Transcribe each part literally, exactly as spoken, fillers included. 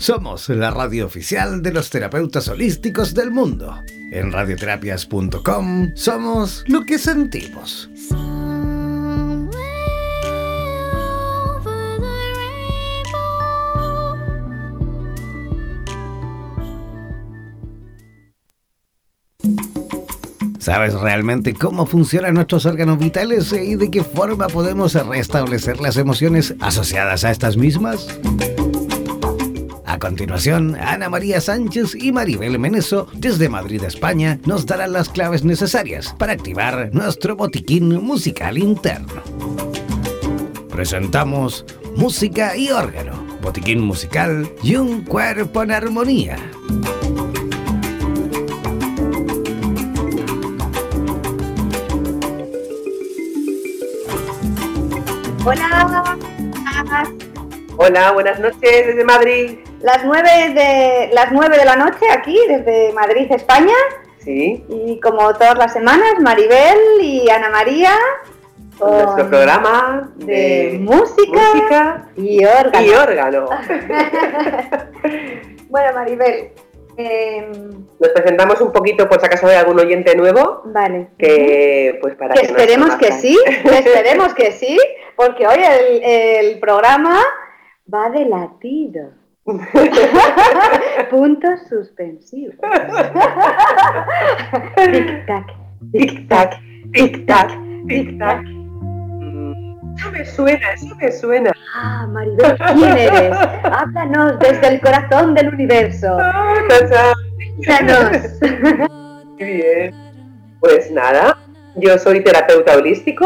Somos la radio oficial de los terapeutas holísticos del mundo. En radioterapias punto com somos lo que sentimos. ¿Sabes realmente cómo funcionan nuestros órganos vitales y de qué forma podemos restablecer las emociones asociadas a estas mismas? A continuación, Ana María Sánchez y Maribel Meneso, desde Madrid, España, nos darán las claves necesarias para activar nuestro botiquín musical interno. Presentamos Música y Órgano, botiquín musical y un cuerpo en armonía. Hola. Hola, buenas noches desde Madrid. Las nueve de las nueve de la noche aquí desde Madrid, España. Sí. Y como todas las semanas, Maribel y Ana María con nuestro programa de, de música, música y órgano. Y órgano. Bueno, Maribel, eh... nos presentamos un poquito por si acaso hay algún oyente nuevo. Vale. Que pues para que, que esperemos que sí, que esperemos que sí, porque hoy el, el programa va de latido. Puntos suspensivos. Tic tac, tic tac, tic tac, tic tac. Eso me suena, eso me suena. Ah, Maribel, ¿quién eres? Háblanos desde el corazón del universo. Háblanos. Muy bien. Pues nada, yo soy terapeuta holístico.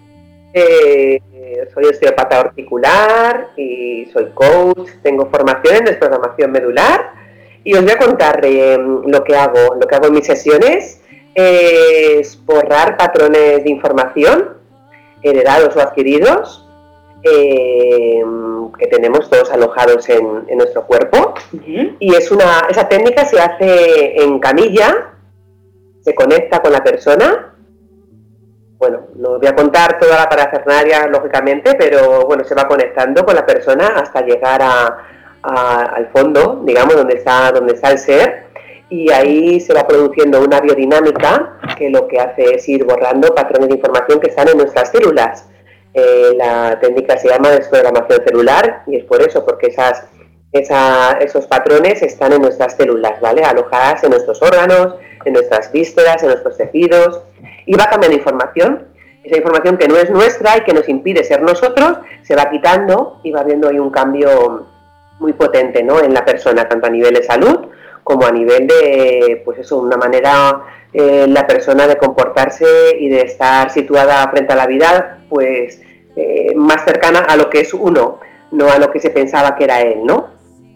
Eh, soy osteópata articular y soy coach, tengo formación en desprogramación medular y os voy a contar eh, lo que hago. Lo que hago en mis sesiones es borrar patrones de información heredados o adquiridos eh, que tenemos todos alojados en, en nuestro cuerpo. Uh-huh. Y es una, esa técnica se hace en camilla, se conecta con la persona. Bueno, no os voy a contar toda la parafernalia, lógicamente, pero bueno, se va conectando con la persona hasta llegar a, a, al fondo, digamos, donde está, donde está el ser, y ahí se va produciendo una biodinámica que lo que hace es ir borrando patrones de información que están en nuestras células. Eh, la técnica se llama desprogramación celular y es por eso, porque esas, esa, esos patrones están en nuestras células, ¿vale? Alojadas en nuestros órganos, en nuestras vísceras, en nuestros tejidos, y va cambiando información. Esa información que no es nuestra y que nos impide ser nosotros, se va quitando y va habiendo ahí un cambio muy potente, ¿no?, en la persona, tanto a nivel de salud como a nivel de, pues eso, una manera eh, la persona de comportarse y de estar situada frente a la vida, pues eh, más cercana a lo que es uno, no a lo que se pensaba que era él, ¿no?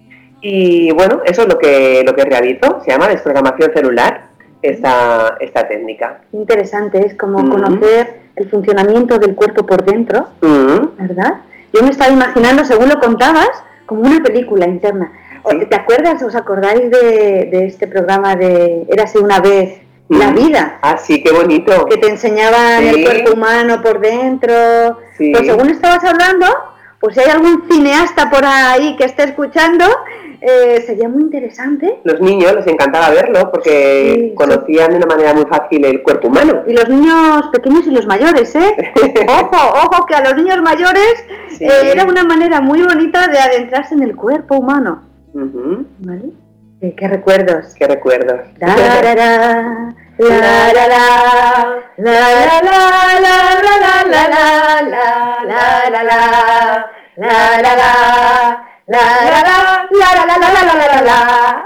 Y bueno, eso es lo que, lo que realizo, se llama desprogramación celular, esta, esta técnica. Interesante, es como uh-huh. conocer el funcionamiento del cuerpo por dentro, uh-huh. ¿verdad? Yo me estaba imaginando, según lo contabas, como una película interna. ¿Sí? ¿Te acuerdas, os acordáis de, de este programa de Érase una vez uh-huh. la vida? Ah, sí, qué bonito. Que te enseñaban sí. el cuerpo humano por dentro. Sí. Pues según estabas hablando, pues si hay algún cineasta por ahí que esté escuchando, eh, sería muy interesante. Los niños les encantaba verlo porque sí, conocían sí. de una manera muy fácil el cuerpo humano. Y los niños pequeños y los mayores, ¿eh? Ojo, ojo, que a los niños mayores sí. eh, era una manera muy bonita de adentrarse en el cuerpo humano. Uh-huh. ¿Vale? ¿Qué, ¿Qué recuerdos? ¿Qué recuerdos? La, la, la, la, la, la, la, la, la, la, la, la, la, la, la, la, la, la, la, la. La la la la la la la la la la.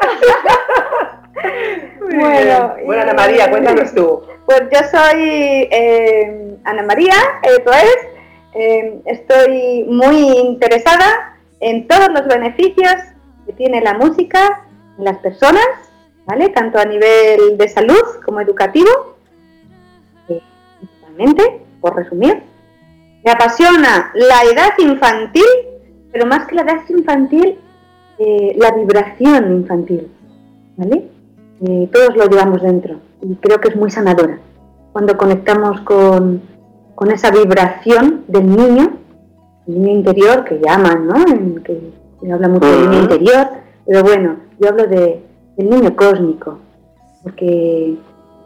Bueno, bueno, Ana María, cuéntanos tú. Pues yo soy eh, Ana María, eso es. Eh, estoy muy interesada en todos los beneficios que tiene la música en las personas, ¿vale? Tanto a nivel de salud como educativo. Eh, principalmente, por resumir, me apasiona la edad infantil. Pero más que la edad infantil, eh, la vibración infantil, ¿vale? Eh, todos lo llevamos dentro y creo que es muy sanadora. Cuando conectamos con, con esa vibración del niño, el niño interior, que llaman, ¿no? En, que se habla mucho uh-huh. del niño interior, Pero bueno, yo hablo de, del niño cósmico, porque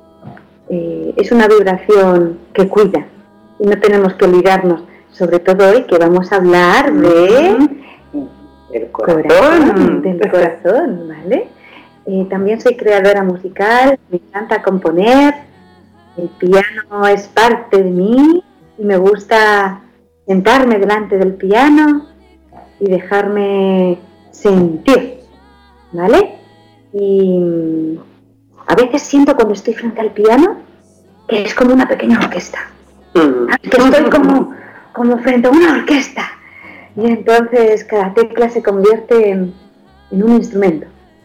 eh, es una vibración que cuida y no tenemos que olvidarnos, sobre todo hoy que vamos a hablar de... El corazón. corazón del corazón, ¿vale? Eh, también soy creadora musical, me encanta componer, el piano es parte de mí y me gusta sentarme delante del piano y dejarme sentir, ¿vale? Y a veces siento cuando estoy frente al piano que es como una pequeña orquesta, que estoy como, como frente a una orquesta y entonces cada tecla se convierte en, en un instrumento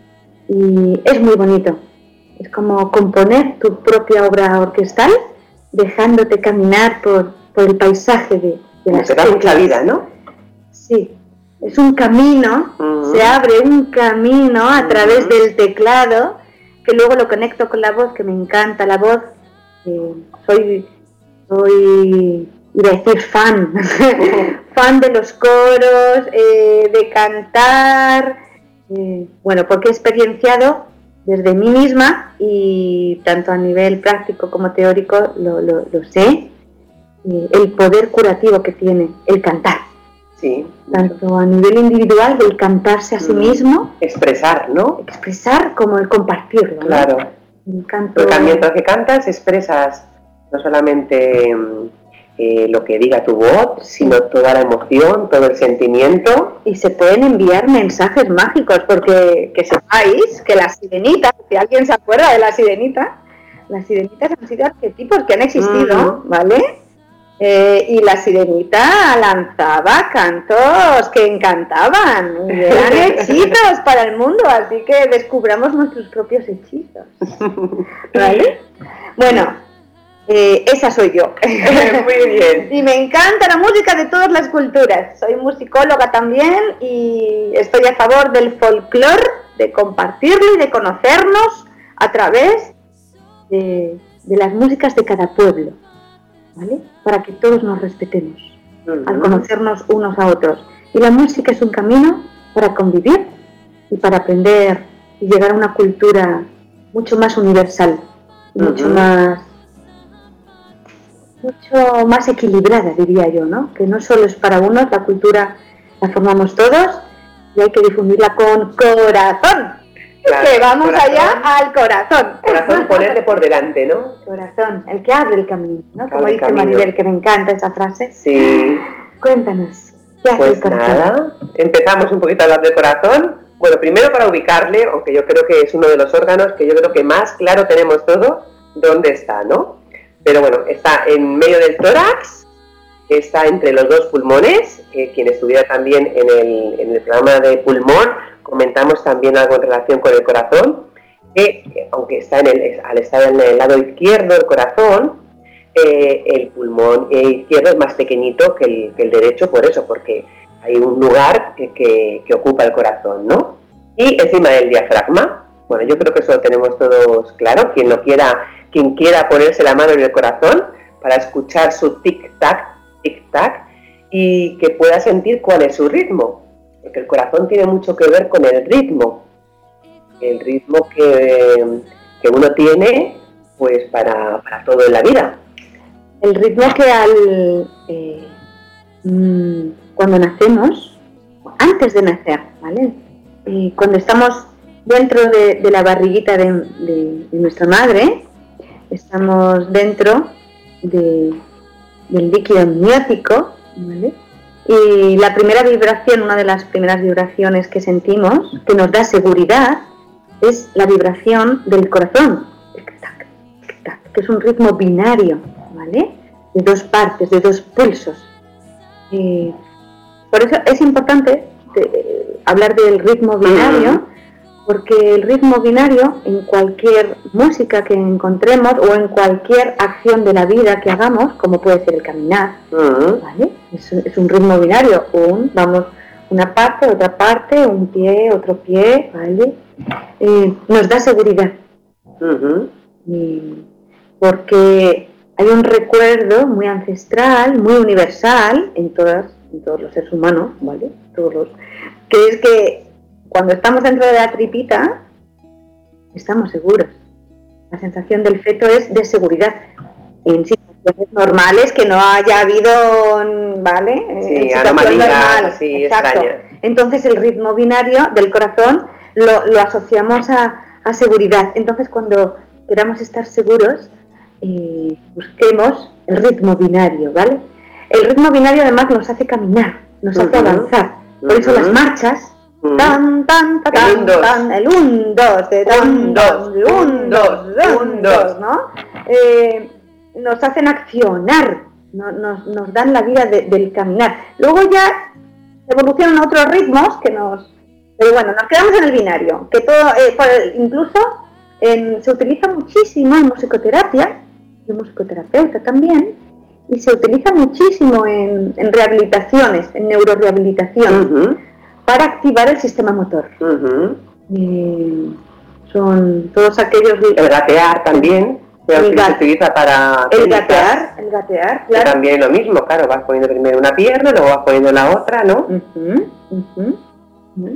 y es muy bonito. Es como componer tu propia obra orquestal dejándote caminar por, por el paisaje de, de las teclas. Da mucha vida, ¿no? Sí, es un camino, uh-huh. Se abre un camino a uh-huh. través del teclado que luego lo conecto con la voz, que me encanta la voz. Eh, soy, soy, iba a decir fan, uh-huh. fan de los coros, eh, de cantar, eh, bueno, porque he experienciado desde mí misma y tanto a nivel práctico como teórico lo, lo, lo sé, eh, el poder curativo que tiene el cantar. Sí. Tanto a nivel individual, el cantarse a sí mismo. Expresar, ¿no? Expresar como el compartirlo. Claro. ¿no? El canto... Porque mientras que cantas expresas no solamente eh, lo que diga tu voz, sino toda la emoción, todo el sentimiento. Y se pueden enviar mensajes mágicos, porque que sepáis que las sirenitas, si alguien se acuerda de la sirenita, las sirenitas han sido arquetipos que han existido, uh-huh. ¿vale? Eh, y la sirenita lanzaba cantos que encantaban, y eran hechizos para el mundo, así que descubramos nuestros propios hechizos, ¿vale? Bueno, eh, esa soy yo. Muy bien. Y me encanta la música de todas las culturas, soy musicóloga también y estoy a favor del folclore, de compartirlo y de conocernos a través de, de las músicas de cada pueblo. ¿Vale? Para que todos nos respetemos, uh-huh. al conocernos unos a otros. Y la música es un camino para convivir y para aprender y llegar a una cultura mucho más universal, uh-huh. mucho más mucho más equilibrada, diría yo, ¿no? Que no solo es para unos, la cultura la formamos todos y hay que difundirla con corazón. Claro, que vamos corazón, allá al corazón. Corazón, ponerle por delante, ¿no? Corazón, el que abre el camino, ¿no? Como dice Maribel, que me encanta esa frase. Sí. Cuéntanos, ¿qué hace pues el corazón? Nada, empezamos un poquito a hablar del corazón. Bueno, primero para ubicarle, aunque yo creo que es uno de los órganos que yo creo que más claro tenemos todo dónde está, ¿no? Pero bueno, está en medio del tórax, está entre los dos pulmones, eh, quien estuviera también en el, en el programa de pulmón, comentamos también algo en relación con el corazón, que aunque está en el, al estar en el lado izquierdo del corazón, eh, el pulmón izquierdo es más pequeñito que el, que el derecho, por eso, porque hay un lugar que, que, que ocupa el corazón, ¿no? Y encima del diafragma, bueno, yo creo que eso lo tenemos todos claro, quien lo quiera, quien quiera ponerse la mano en el corazón para escuchar su tic-tac, tic-tac, y que pueda sentir cuál es su ritmo. Porque el corazón tiene mucho que ver con el ritmo, el ritmo que, que uno tiene pues para, para todo en la vida. El ritmo que al eh, mmm, cuando nacemos, antes de nacer, ¿vale? Eh, cuando estamos dentro de, de la barriguita de, de, de nuestra madre, estamos dentro de, del líquido amniótico, ¿vale? Y la primera vibración, una de las primeras vibraciones que sentimos, que nos da seguridad, es la vibración del corazón, tic-tac, tic-tac, que es un ritmo binario, ¿vale? De dos partes, de dos pulsos. Eh, por eso es importante de, hablar del ritmo binario, porque el ritmo binario en cualquier música que encontremos o en cualquier acción de la vida que hagamos, como puede ser el caminar, uh-huh. ¿vale? Es, es un ritmo binario, un, vamos, una parte, otra parte, un pie, otro pie, ¿vale? Eh, nos da seguridad. Uh-huh. Y porque hay un recuerdo muy ancestral, muy universal en todas, en todos los seres humanos, ¿vale? Todos los, que es que cuando estamos dentro de la tripita, estamos seguros. La sensación del feto es de seguridad. En situaciones normales, que no haya habido, ¿vale? Sí, en situación normal. Sí, exacto. Extraña. Entonces el ritmo binario del corazón lo, lo asociamos a, a seguridad. Entonces cuando queramos estar seguros, eh, busquemos el ritmo binario, ¿vale? El ritmo binario además nos hace caminar, nos hace uh-huh. avanzar. Por uh-huh. eso las marchas, uh-huh. tan, tan, tan, tan, tan, el un, dos, de tan, dos, un, dos, un, dos, ¿no? Eh, nos hacen accionar, no, nos, nos dan la vida de, del caminar. Luego ya evolucionan otros ritmos que nos... Pero bueno, nos quedamos en el binario, que todo, eh, por, incluso en, se utiliza muchísimo en musicoterapia, en musicoterapeuta también, y se utiliza muchísimo en, en rehabilitaciones, en neurorehabilitación, uh-huh. para activar el sistema motor. Uh-huh. Eh, son todos aquellos... El gatear también, que el se utiliza para... El gatear, el gatear, claro. Que también es lo mismo, claro, vas poniendo primero una pierna, luego vas poniendo la otra, ¿no? Uh-huh. Uh-huh. Uh-huh.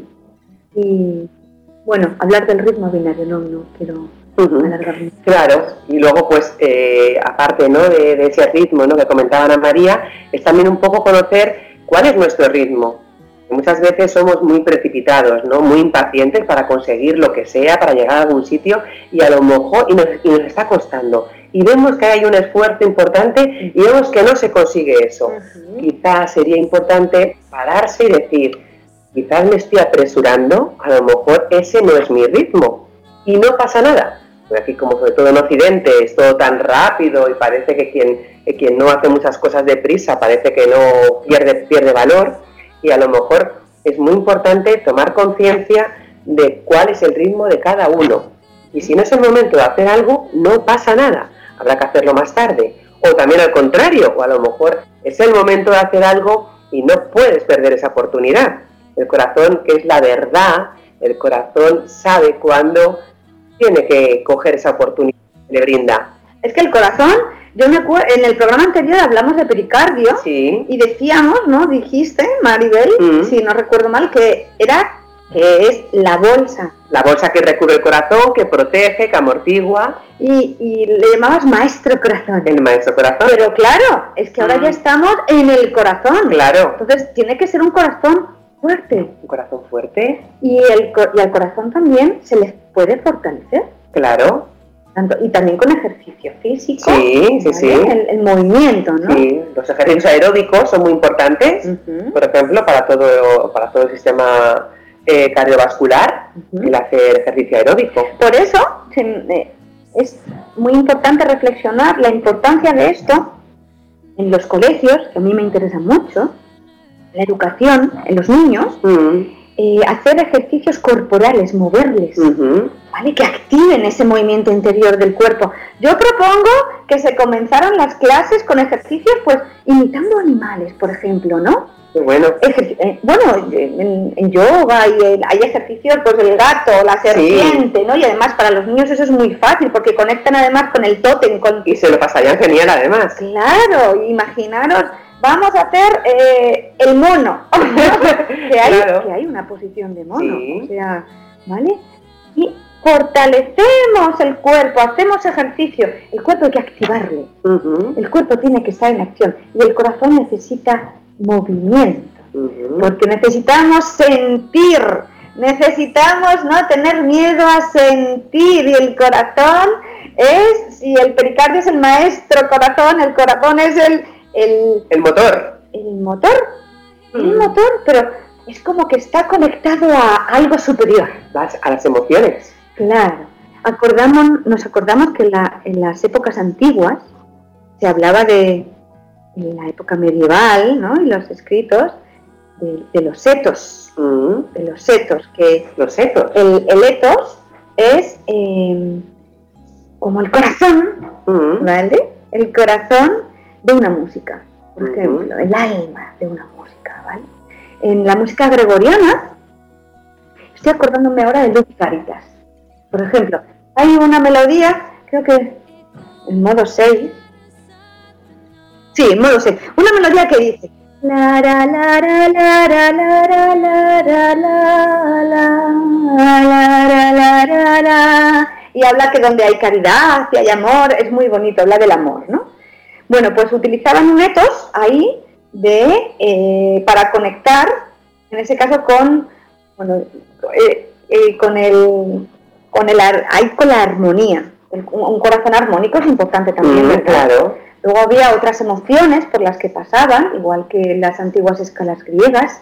Y bueno, hablar del ritmo binario, no, no quiero uh-huh. alargarme. Claro, y luego pues, eh, aparte, ¿no?, de, de ese ritmo, ¿no?, que comentaba Ana María, es también un poco conocer cuál es nuestro ritmo. Muchas veces somos muy precipitados, ¿no?, muy impacientes para conseguir lo que sea, para llegar a algún sitio, y a lo mejor y nos, y nos está costando. Y vemos que hay un esfuerzo importante y vemos que no se consigue eso. Uh-huh. Quizás sería importante pararse y decir, quizás me estoy apresurando, a lo mejor ese no es mi ritmo, y no pasa nada. Porque aquí, como sobre todo en Occidente, es todo tan rápido y parece que quien, que quien no hace muchas cosas deprisa parece que no pierde, pierde valor, y a lo mejor es muy importante tomar conciencia de cuál es el ritmo de cada uno. Y si no es el momento de hacer algo, no pasa nada, habrá que hacerlo más tarde. O también al contrario, o a lo mejor es el momento de hacer algo y no puedes perder esa oportunidad. El corazón, que es la verdad, el corazón sabe cuándo tiene que coger esa oportunidad que le brinda. Es que el corazón, yo me acuerdo, en el programa anterior hablamos de pericardio, sí. y decíamos, ¿no? Dijiste, Maribel, mm. si no recuerdo mal, que era que es la bolsa. La bolsa que recubre el corazón, que protege, que amortigua. Y, y le llamabas maestro corazón. El maestro corazón. Pero claro, es que ahora mm. ya estamos en el corazón. Claro. Entonces tiene que ser un corazón fuerte. Un corazón fuerte. Y, el, y al corazón también se les puede fortalecer. Claro. Tanto, y también con ejercicio físico. Sí, sí, ¿vale? sí. El, el movimiento, ¿no? Sí, los ejercicios aeróbicos son muy importantes, uh-huh. por ejemplo, para todo, para todo el sistema eh, cardiovascular, uh-huh. el hacer ejercicio aeróbico. Por eso se, eh, es muy importante reflexionar la importancia de esto en los colegios, que a mí me interesa mucho, la educación en los niños, uh-huh. eh, hacer ejercicios corporales, moverles, uh-huh. ¿vale? Que activen ese movimiento interior del cuerpo. Yo propongo que se comenzaran las clases con ejercicios, pues, imitando animales, por ejemplo, ¿no? Qué bueno. Ejer- eh, bueno, en, en yoga hay, hay ejercicios, pues el gato, la serpiente, sí. ¿no? Y además para los niños eso es muy fácil, porque conectan además con el tótem. Con... Y se lo pasarían genial además. Claro, imaginaros, vamos a hacer eh, el mono, que, hay, claro. que hay una posición de mono, sí. o sea, ¿vale? Y fortalecemos el cuerpo, hacemos ejercicio, el cuerpo hay que activarle, uh-huh. el cuerpo tiene que estar en acción, y el corazón necesita movimiento, uh-huh. porque necesitamos sentir, necesitamos no tener miedo a sentir, y el corazón es, si el pericardio es el maestro corazón, el corazón es el el, el motor, el motor, uh-huh. el motor, pero es como que está conectado a algo superior, las, a las emociones. Claro, acordamos, nos acordamos que la, en las épocas antiguas se hablaba de en la época medieval, ¿no? Y los escritos de, de los etos, uh-huh. de los etos, que los etos. El, el etos es eh, como el corazón, uh-huh. ¿vale? El corazón de una música, por uh-huh. ejemplo, el alma de una música, ¿vale? En la música gregoriana, estoy acordándome ahora de Luz Caritas, por ejemplo, hay una melodía, creo que en modo seis, sí, en modo seis, una melodía que dice: La la la la la la la la la la la la la la, y habla que donde hay caridad y hay amor, es muy bonito, habla del amor, ¿no? Bueno, pues utilizaban un ethos ahí de eh, para conectar, en ese caso con, bueno, eh, eh, con el, con el, ahí con la armonía, el, un corazón armónico es importante también, mm, claro. Luego había otras emociones por las que pasaban, igual que las antiguas escalas griegas,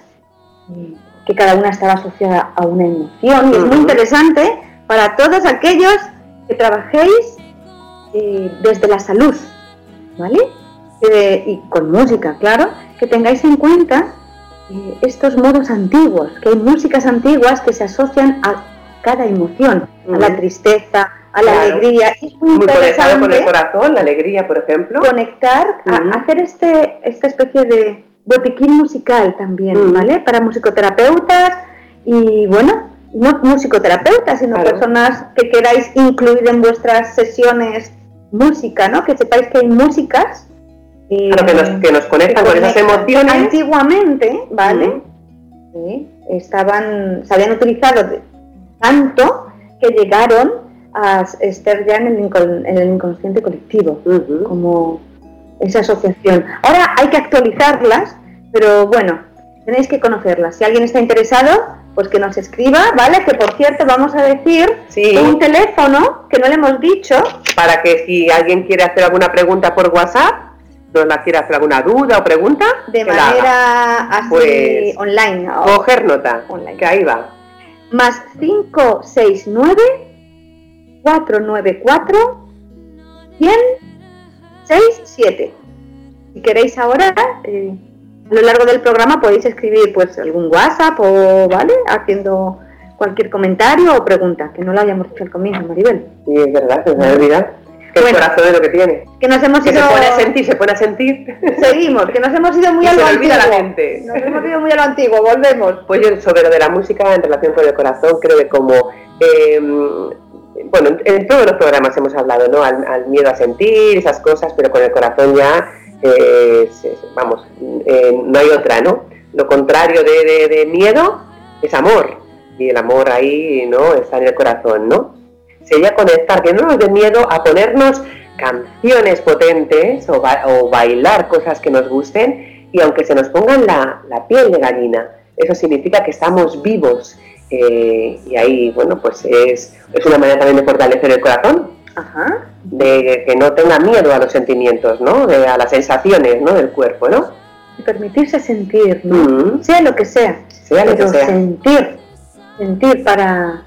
que cada una estaba asociada a una emoción, y es muy interesante para todos aquellos que trabajéis eh, desde la salud, ¿vale? Eh, y con música, claro, que tengáis en cuenta eh, estos modos antiguos, que hay músicas antiguas que se asocian a cada emoción, uh-huh. a la tristeza, a la claro. alegría. Es muy, muy conectado con el corazón, la alegría, por ejemplo. Conectar, uh-huh. a, hacer este esta especie de botiquín musical también, uh-huh. ¿vale? Para musicoterapeutas y, bueno, no musicoterapeutas, sino claro. personas que queráis incluir en vuestras sesiones música, ¿no? Que sepáis que hay músicas eh, claro, que, nos, que nos conectan que con conectan. esas emociones. Antiguamente, ¿vale? Uh-huh. Sí, estaban, se habían utilizado de, tanto que llegaron a estar ya en el, incon, en el inconsciente colectivo, uh-huh. como esa asociación. Ahora hay que actualizarlas, pero bueno, tenéis que conocerlas. Si alguien está interesado, pues que nos escriba, ¿vale? Que por cierto vamos a decir sí. un teléfono que no le hemos dicho. Para que si alguien quiere hacer alguna pregunta por WhatsApp, nos la quiere hacer alguna duda o pregunta, de manera así pues, online. Coger nota, online. Que ahí va. Más cinco seis nueve cuatro nueve cuatro cien seis siete. Si queréis ahora, eh, a lo largo del programa podéis escribir pues algún WhatsApp o, ¿vale? Haciendo cualquier comentario o pregunta, que no lo hayamos dicho al comienzo, Maribel. Sí, es verdad, se me ha olvidado. Que bueno, el corazón es lo que tiene. Que nos hemos que ido... se pone a sentir, se pone a sentir. Seguimos, que nos hemos ido muy y a lo se antiguo. Olvida la gente. Nos hemos ido muy a lo antiguo, volvemos. Pues yo sobre lo de la música en relación con el corazón, creo que como... Eh, bueno, en todos los programas hemos hablado, ¿no? Al, al miedo a sentir, esas cosas, pero con el corazón ya, eh, vamos, eh, no hay otra, ¿no? Lo contrario de, de, de miedo es amor, y el amor ahí, ¿no? Está en el corazón, ¿no? Sería conectar, que no nos dé miedo a ponernos canciones potentes o, ba- o bailar cosas que nos gusten, y aunque se nos pongan la, la piel de gallina, eso significa que estamos vivos. Eh, y ahí, bueno, pues es, es una manera también de fortalecer el corazón, Ajá. de que no tenga miedo a los sentimientos, ¿no? De, a las sensaciones, ¿no? Del cuerpo, ¿no? Y permitirse sentir, ¿no? Mm-hmm. Sea lo que sea, sea lo pero que sea. sentir, sentir para,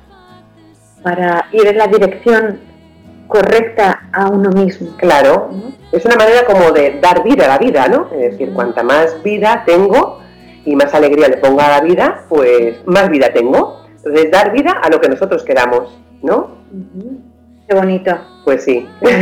para ir en la dirección correcta a uno mismo. Claro, ¿no? Es una manera como de dar vida a la vida, ¿no? Es decir, cuanta más vida tengo y más alegría le pongo a la vida, pues más vida tengo. Entonces, dar vida a lo que nosotros queramos, ¿no? Uh-huh. Qué bonito. Pues sí.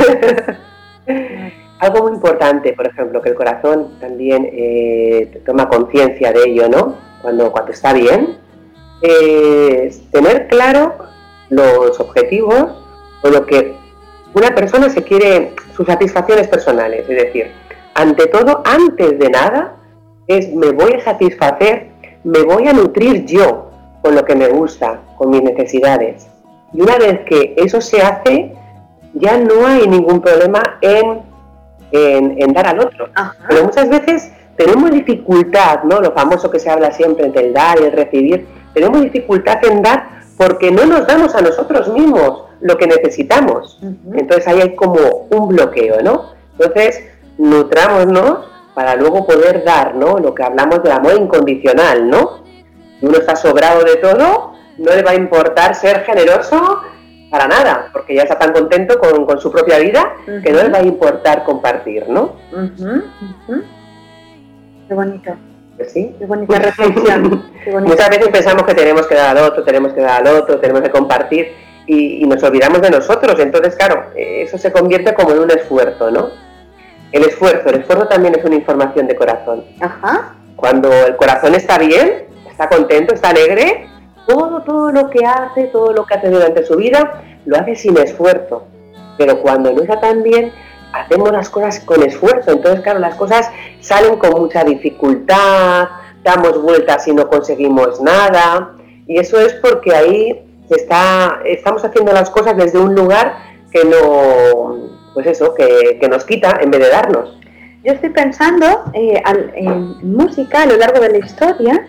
Algo muy importante, por ejemplo, que el corazón también eh, toma conciencia de ello, ¿no? Cuando, cuando está bien, eh, es tener claro los objetivos o lo que una persona se quiere, sus satisfacciones personales. Es decir, ante todo, antes de nada, es me voy a satisfacer, me voy a nutrir yo con lo que me gusta, con mis necesidades. Y una vez que eso se hace, ya no hay ningún problema en, en, en dar al otro. Ajá. Pero muchas veces tenemos dificultad, ¿no? Lo famoso que se habla siempre del dar y el recibir, tenemos dificultad en dar porque no nos damos a nosotros mismos lo que necesitamos. Uh-huh. Entonces ahí hay como un bloqueo, ¿no? Entonces, nutrámonos para luego poder dar, ¿no? Lo que hablamos del amor incondicional, ¿no? Si uno está sobrado de todo, no le va a importar ser generoso para nada, porque ya está tan contento con, con su propia vida, uh-huh. que no le va a importar compartir, ¿no? Uh-huh. Uh-huh. Qué bonito. Pues sí. Qué bonita reflexión. Qué bonita. Muchas veces pensamos que tenemos que dar al otro, tenemos que dar al otro, tenemos que compartir, y, y nos olvidamos de nosotros. Entonces, claro, eso se convierte como en un esfuerzo, ¿no? El esfuerzo, el esfuerzo también es una información de corazón. Ajá. Cuando el corazón está bien, está contento, está alegre, todo, todo lo que hace, todo lo que hace durante su vida, lo hace sin esfuerzo. Pero cuando no está tan bien, hacemos las cosas con esfuerzo, entonces claro, las cosas salen con mucha dificultad, damos vueltas y no conseguimos nada, y eso es porque ahí se está, estamos haciendo las cosas desde un lugar que no, pues eso, que, que nos quita en vez de darnos. Yo estoy pensando eh, al, en música a lo largo de la historia,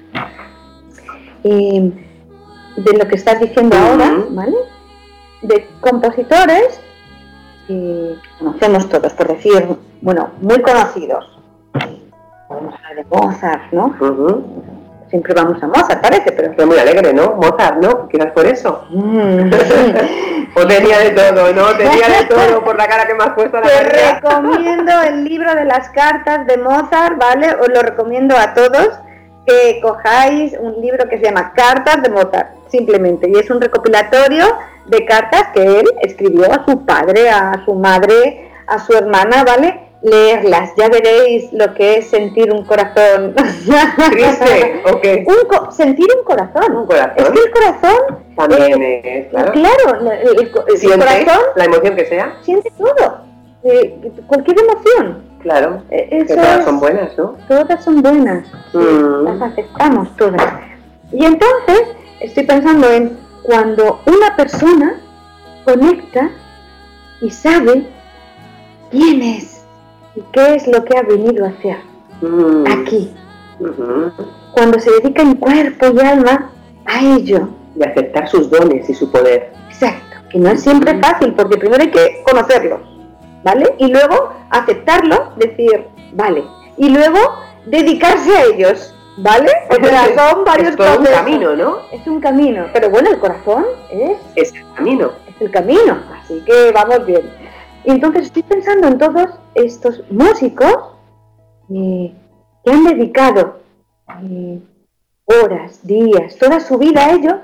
eh, de lo que estás diciendo uh-huh. ahora, ¿vale? De compositores que conocemos todos, por decir, bueno, muy conocidos. Podemos hablar de Mozart, ¿no? Uh-huh. Siempre vamos a Mozart, parece, pero... Es muy alegre, ¿no? Mozart, ¿no? Quizás por eso. Mm. O tenía de todo, ¿no? Tenía de todo por la cara que me has puesto a la Te carrera. Recomiendo el libro de las cartas de Mozart, ¿vale? Os lo recomiendo a todos, que cojáis un libro que se llama Cartas de Mozart, simplemente. Y es un recopilatorio de cartas que él escribió a su padre, a su madre, a su hermana, ¿vale? Leerlas, ya veréis lo que es sentir un corazón. ¿Triste o qué? Un co- sentir un corazón. ¿Un corazón? Es que el corazón... También eh, es, claro. Claro, el, el, el ¿Siente corazón... la emoción que sea? Siente todo. Eh, cualquier emoción. Claro, eh, que todas es, son buenas, ¿no? Todas son buenas. Sí, mm. Las aceptamos todas. Y entonces, estoy pensando en cuando una persona conecta y sabe quién es y qué es lo que ha venido a hacer mm. aquí. Uh-huh. Cuando se dedica en cuerpo y alma a ello. Y aceptar sus dones y su poder. Exacto, que no es siempre uh-huh. fácil, porque primero hay que conocerlos, ¿vale? Y luego aceptarlos, decir, vale. Y luego dedicarse a ellos, ¿vale? O sea, son varios es todo procesos. Un camino, ¿no? Es un camino, pero bueno, el corazón es... Es el camino. Es el camino, así que vamos bien. Y entonces estoy pensando en todos estos músicos eh, que han dedicado eh, horas, días, toda su vida a ello.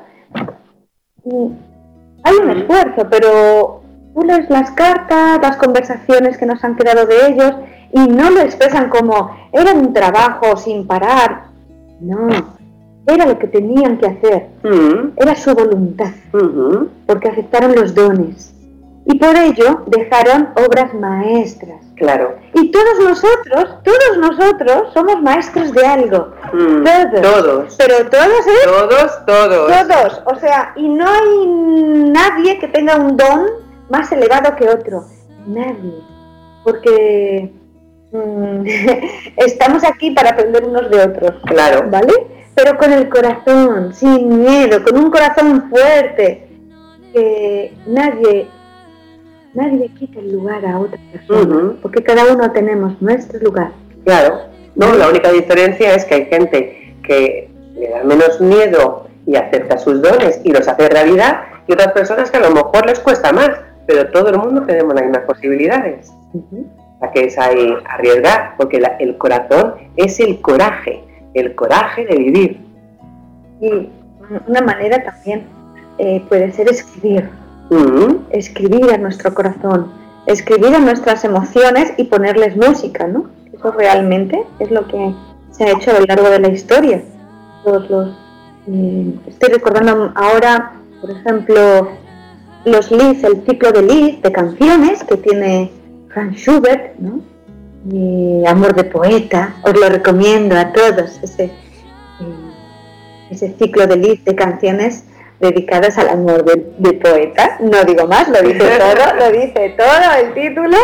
Y hay un esfuerzo, pero tú lees las cartas, las conversaciones que nos han quedado de ellos y no lo expresan como era un trabajo sin parar. No, era lo que tenían que hacer, uh-huh. era su voluntad, uh-huh. porque aceptaron los dones. Y por ello dejaron obras maestras. Claro. Y todos nosotros, todos nosotros somos maestros de algo. Mm, todos. Todos. Pero todos, ¿eh? Todos, todos. Todos. O sea, y no hay nadie que tenga un don más elevado que otro. Nadie. Porque mmm, estamos aquí para aprender unos de otros. Claro. ¿Vale? Pero con el corazón, sin miedo, con un corazón fuerte. Que nadie... Nadie quita el lugar a otra persona, uh-huh. porque cada uno tenemos nuestro lugar. Claro, no, la única diferencia es que hay gente que le da menos miedo y acepta sus dones y los hace realidad, y otras personas que a lo mejor les cuesta más, pero todo el mundo tenemos las mismas posibilidades. Uh-huh. ¿A qué es ahí arriesgar? Porque la, el corazón es el coraje, el coraje de vivir. Y una manera también eh, puede ser escribir. Uh-huh. Escribir a nuestro corazón, escribir a nuestras emociones y ponerles música, ¿no? Eso realmente es lo que se ha hecho a lo largo de la historia. Todos los, eh, estoy recordando ahora, por ejemplo, los Liszt, el ciclo de Liszt de canciones que tiene Franz Schubert, ¿no? Y Amor de poeta, os lo recomiendo a todos, ese, eh, ese ciclo de Liszt de canciones dedicadas al amor del de poeta, no digo más, lo dice todo, lo dice todo el título,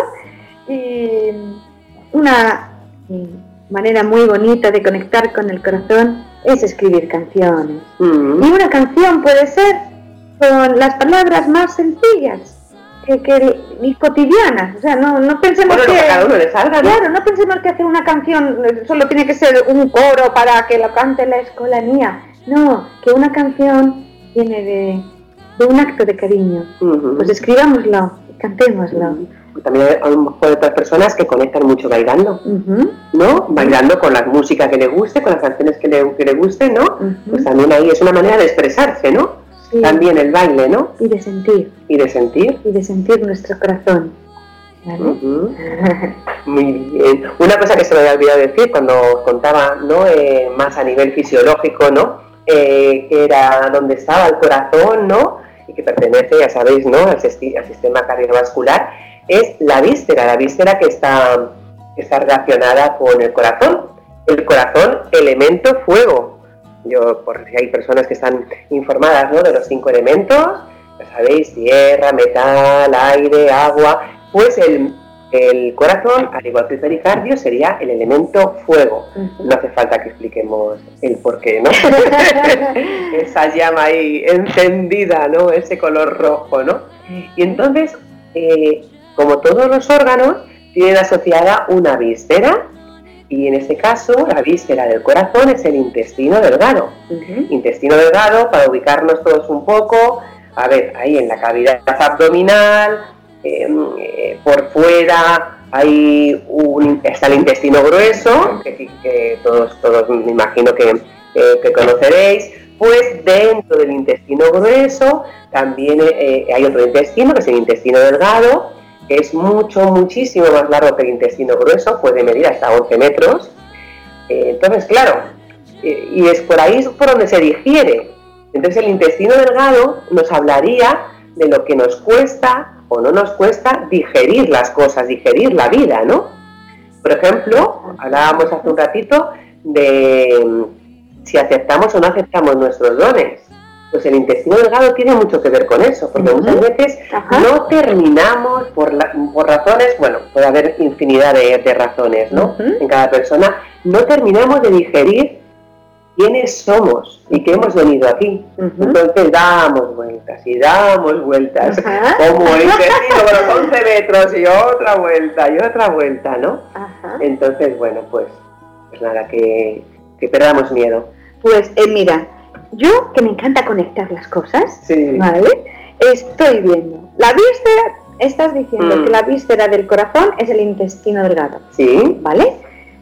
y una manera muy bonita de conectar con el corazón es escribir canciones. Uh-huh. Y una canción puede ser con las palabras más sencillas que, que y cotidianas, o sea, no, no pensemos bueno, que... a cada uno le salga, ¿no? Claro, no pensemos que hacer una canción solo tiene que ser un coro para que lo cante la escolanía, no, que una canción viene de, de un acto de cariño. Uh-huh. Pues escribámoslo, cantémoslo. Uh-huh. También hay otras personas que conectan mucho bailando, uh-huh. ¿no? Bailando con la música que le guste, con las canciones que le, que le guste, ¿no? Uh-huh. Pues también ahí es una manera de expresarse, ¿no? Sí. También el baile, ¿no? Y de sentir. Y de sentir. Y de sentir nuestro corazón. ¿Vale? Uh-huh. Muy bien. Una cosa que se me había olvidado decir cuando contaba, ¿no? Eh, más a nivel fisiológico, ¿no? Eh, que era donde estaba el corazón, ¿no? Y que pertenece, ya sabéis, ¿no? Al, sesti- al sistema cardiovascular, es la víscera, la víscera que está, que está relacionada con el corazón. El corazón, elemento fuego. Yo, por si hay personas que están informadas, ¿no?, de los cinco elementos, ya sabéis, tierra, metal, aire, agua, pues el, el corazón, al igual que el pericardio, sería el elemento fuego. Uh-huh. No hace falta que expliquemos el porqué, ¿no? Esa llama ahí encendida, ¿no?, ese color rojo, ¿no? Y entonces, eh, como todos los órganos, tienen asociada una víscera, y en este caso, la víscera del corazón es el intestino delgado. Uh-huh. Intestino delgado, para ubicarnos todos un poco, a ver, ahí en la cavidad abdominal, eh, eh, por fuera hay un, está el intestino grueso, que, que todos, todos me imagino que, eh, que conoceréis. Pues dentro del intestino grueso también eh, hay otro intestino, que es el intestino delgado, que es mucho, muchísimo más largo que el intestino grueso, puede medir hasta once metros. Eh, entonces, claro, eh, y es por ahí por donde se digiere. Entonces el intestino delgado nos hablaría de lo que nos cuesta o no nos cuesta digerir las cosas, digerir la vida, ¿no? Por ejemplo, hablábamos hace un ratito de si aceptamos o no aceptamos nuestros dones. Pues el intestino delgado tiene mucho que ver con eso, porque uh-huh. muchas veces Ajá. no terminamos por, la, por razones, bueno, puede haber infinidad de, de razones, ¿no? Uh-huh. En cada persona, no terminamos de digerir quiénes somos y que hemos venido aquí. Uh-huh. Entonces damos vueltas y damos vueltas, uh-huh. como el intestino con los once metros y otra vuelta y otra vuelta, ¿no? Uh-huh. Entonces, bueno, pues, pues nada, que, que perdamos miedo. Pues eh, mira, yo, que me encanta conectar las cosas, sí. ¿vale? Estoy viendo la víscera, estás diciendo mm. que la víscera del corazón es el intestino delgado, sí, ¿vale?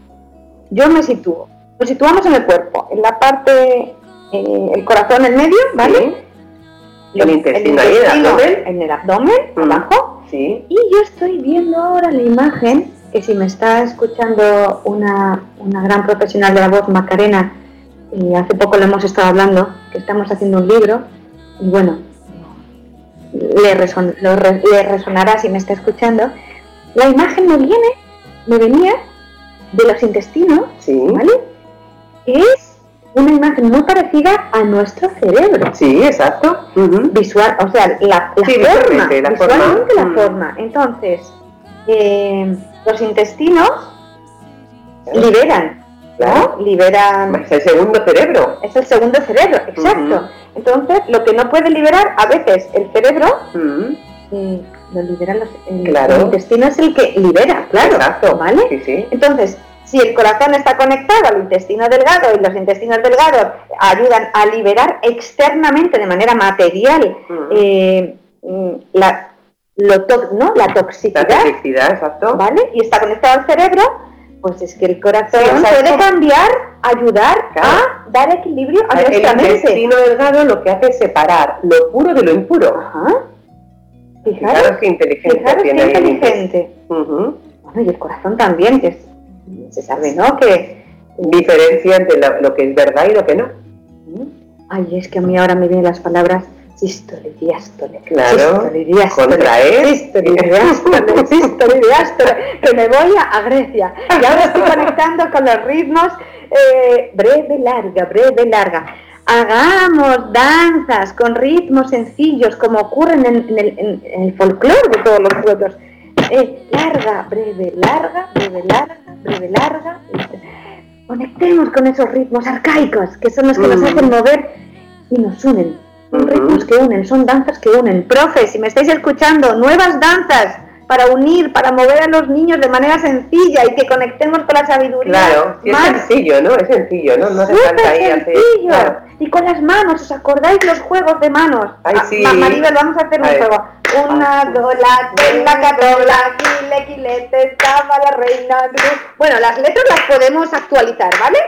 Yo me sitúo, nos situamos en el cuerpo, en la parte, eh, el corazón en medio, ¿vale? Sí. El intestino, el intestino ahí, el abdomen. En el abdomen, mm. abajo, sí. Y yo estoy viendo ahora la imagen, que si me está escuchando una, una gran profesional de la voz, Macarena, y hace poco lo hemos estado hablando, que estamos haciendo un libro, y bueno, le, reson, lo, le resonará si me está escuchando. La imagen me viene, me venía de los intestinos, sí. ¿vale? Que es una imagen muy parecida a nuestro cerebro. Sí, exacto. Uh-huh. Visual, o sea, la, la sí, forma, la visualmente forma. la Uh-huh. forma. Entonces, eh, los intestinos ¿sí? liberan. ¿No? Liberan... Es el segundo cerebro. Es el segundo cerebro, exacto. Uh-huh. Entonces, lo que no puede liberar, a veces el cerebro, uh-huh. eh, lo libera los, el, claro. el intestino es el que libera, claro. Exacto. ¿Vale? Sí, sí. Entonces, si el corazón está conectado al intestino delgado y los intestinos delgados ayudan a liberar externamente, de manera material, uh-huh. eh, la, lo to- ¿no? la toxicidad. La toxicidad, exacto. ¿Vale? Y está conectado al cerebro. Pues es que el corazón sí, puede cambiar, ayudar claro. a dar equilibrio a nuestra mente. El intestino delgado lo que hace es separar lo puro de lo impuro. Ajá. Fijaros, fijaros qué inteligente fijaros tiene qué inteligente. Uh-huh. Bueno, y el corazón también, que es, se sabe, ¿no? Que diferencia entre lo, lo que es verdad y lo que no. Ay, es que a mí ahora me vienen las palabras sístole, diástole, claro, sístole, diástole, contraer, sístole, diástole, sístole, diástole, que me voy a, a Grecia. Y ahora estoy conectando con los ritmos eh, breve, larga, breve, larga. Hagamos danzas con ritmos sencillos, como ocurren en, en el, en, en el folclore de todos los pueblos. Eh, larga, breve, larga, breve, larga, breve, larga. Conectemos con esos ritmos arcaicos, que son los que mm. nos hacen mover y nos unen. Son uh-huh. ritmos que unen, son danzas que unen. Profe, si me estáis escuchando, nuevas danzas para unir, para mover a los niños de manera sencilla y que conectemos con la sabiduría. Claro, sí, es sencillo, ¿no? Es sencillo, ¿no? No hace falta ahí hacer... Claro. Y con las manos, ¿os acordáis los juegos de manos? Ay, sí. Ah, Maribel, vamos a hacer un Ay. juego. Una, dola, la catola, quile, quilete, estaba la reina. Bueno, las letras las podemos actualizar, ¿vale?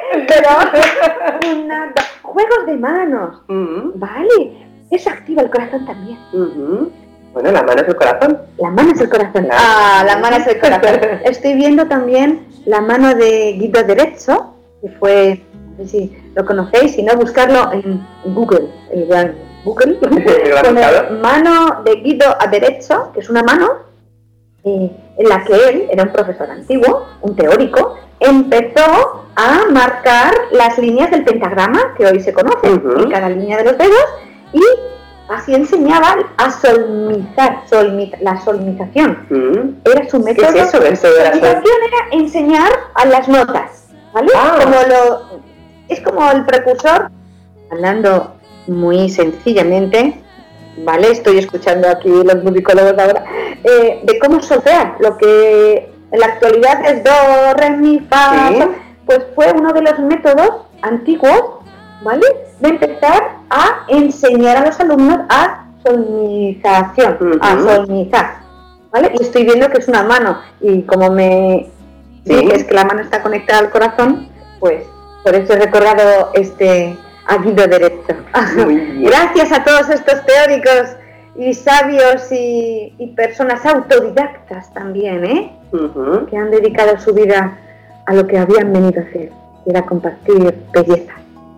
Pero una, do... juegos de manos, uh-huh. ¿vale? Eso activa el corazón también. Uh-huh. Bueno, la mano es el corazón. La mano es el corazón. Claro. Ah, la mano es el corazón. Estoy viendo también la mano de Guido D'Arezzo, que fue, no sé si lo conocéis, si no, buscarlo en Google, el gran Google, con el mano de Guido D'Arezzo, que es una mano eh, en la que él, era un profesor antiguo, un teórico, empezó a marcar las líneas del pentagrama que hoy se conoce, uh-huh. en cada línea de los dedos, y así enseñaba a solmizar, solmi, la solmización. Uh-huh. Era su método. ¿Qué es eso? Eso de la solmización era enseñar a las notas, ¿vale? Ah. Como lo, es como el precursor, hablando muy sencillamente, ¿vale? Estoy escuchando aquí los musicólogos ahora, eh, de cómo solfear, lo que en la actualidad es do, re, mi, fa, ¿sí? Pues fue uno de los métodos antiguos, ¿vale? De empezar a enseñar a los alumnos a solmización, uh-huh. a solmizar, ¿vale? Y estoy viendo que es una mano, y como me... Sí, sí, es que la mano está conectada al corazón, pues por eso he recordado este agudo derecho. Gracias a todos estos teóricos y sabios y, y personas autodidactas también, ¿eh? Uh-huh. Que han dedicado su vida a lo que habían venido a hacer, que era compartir belleza.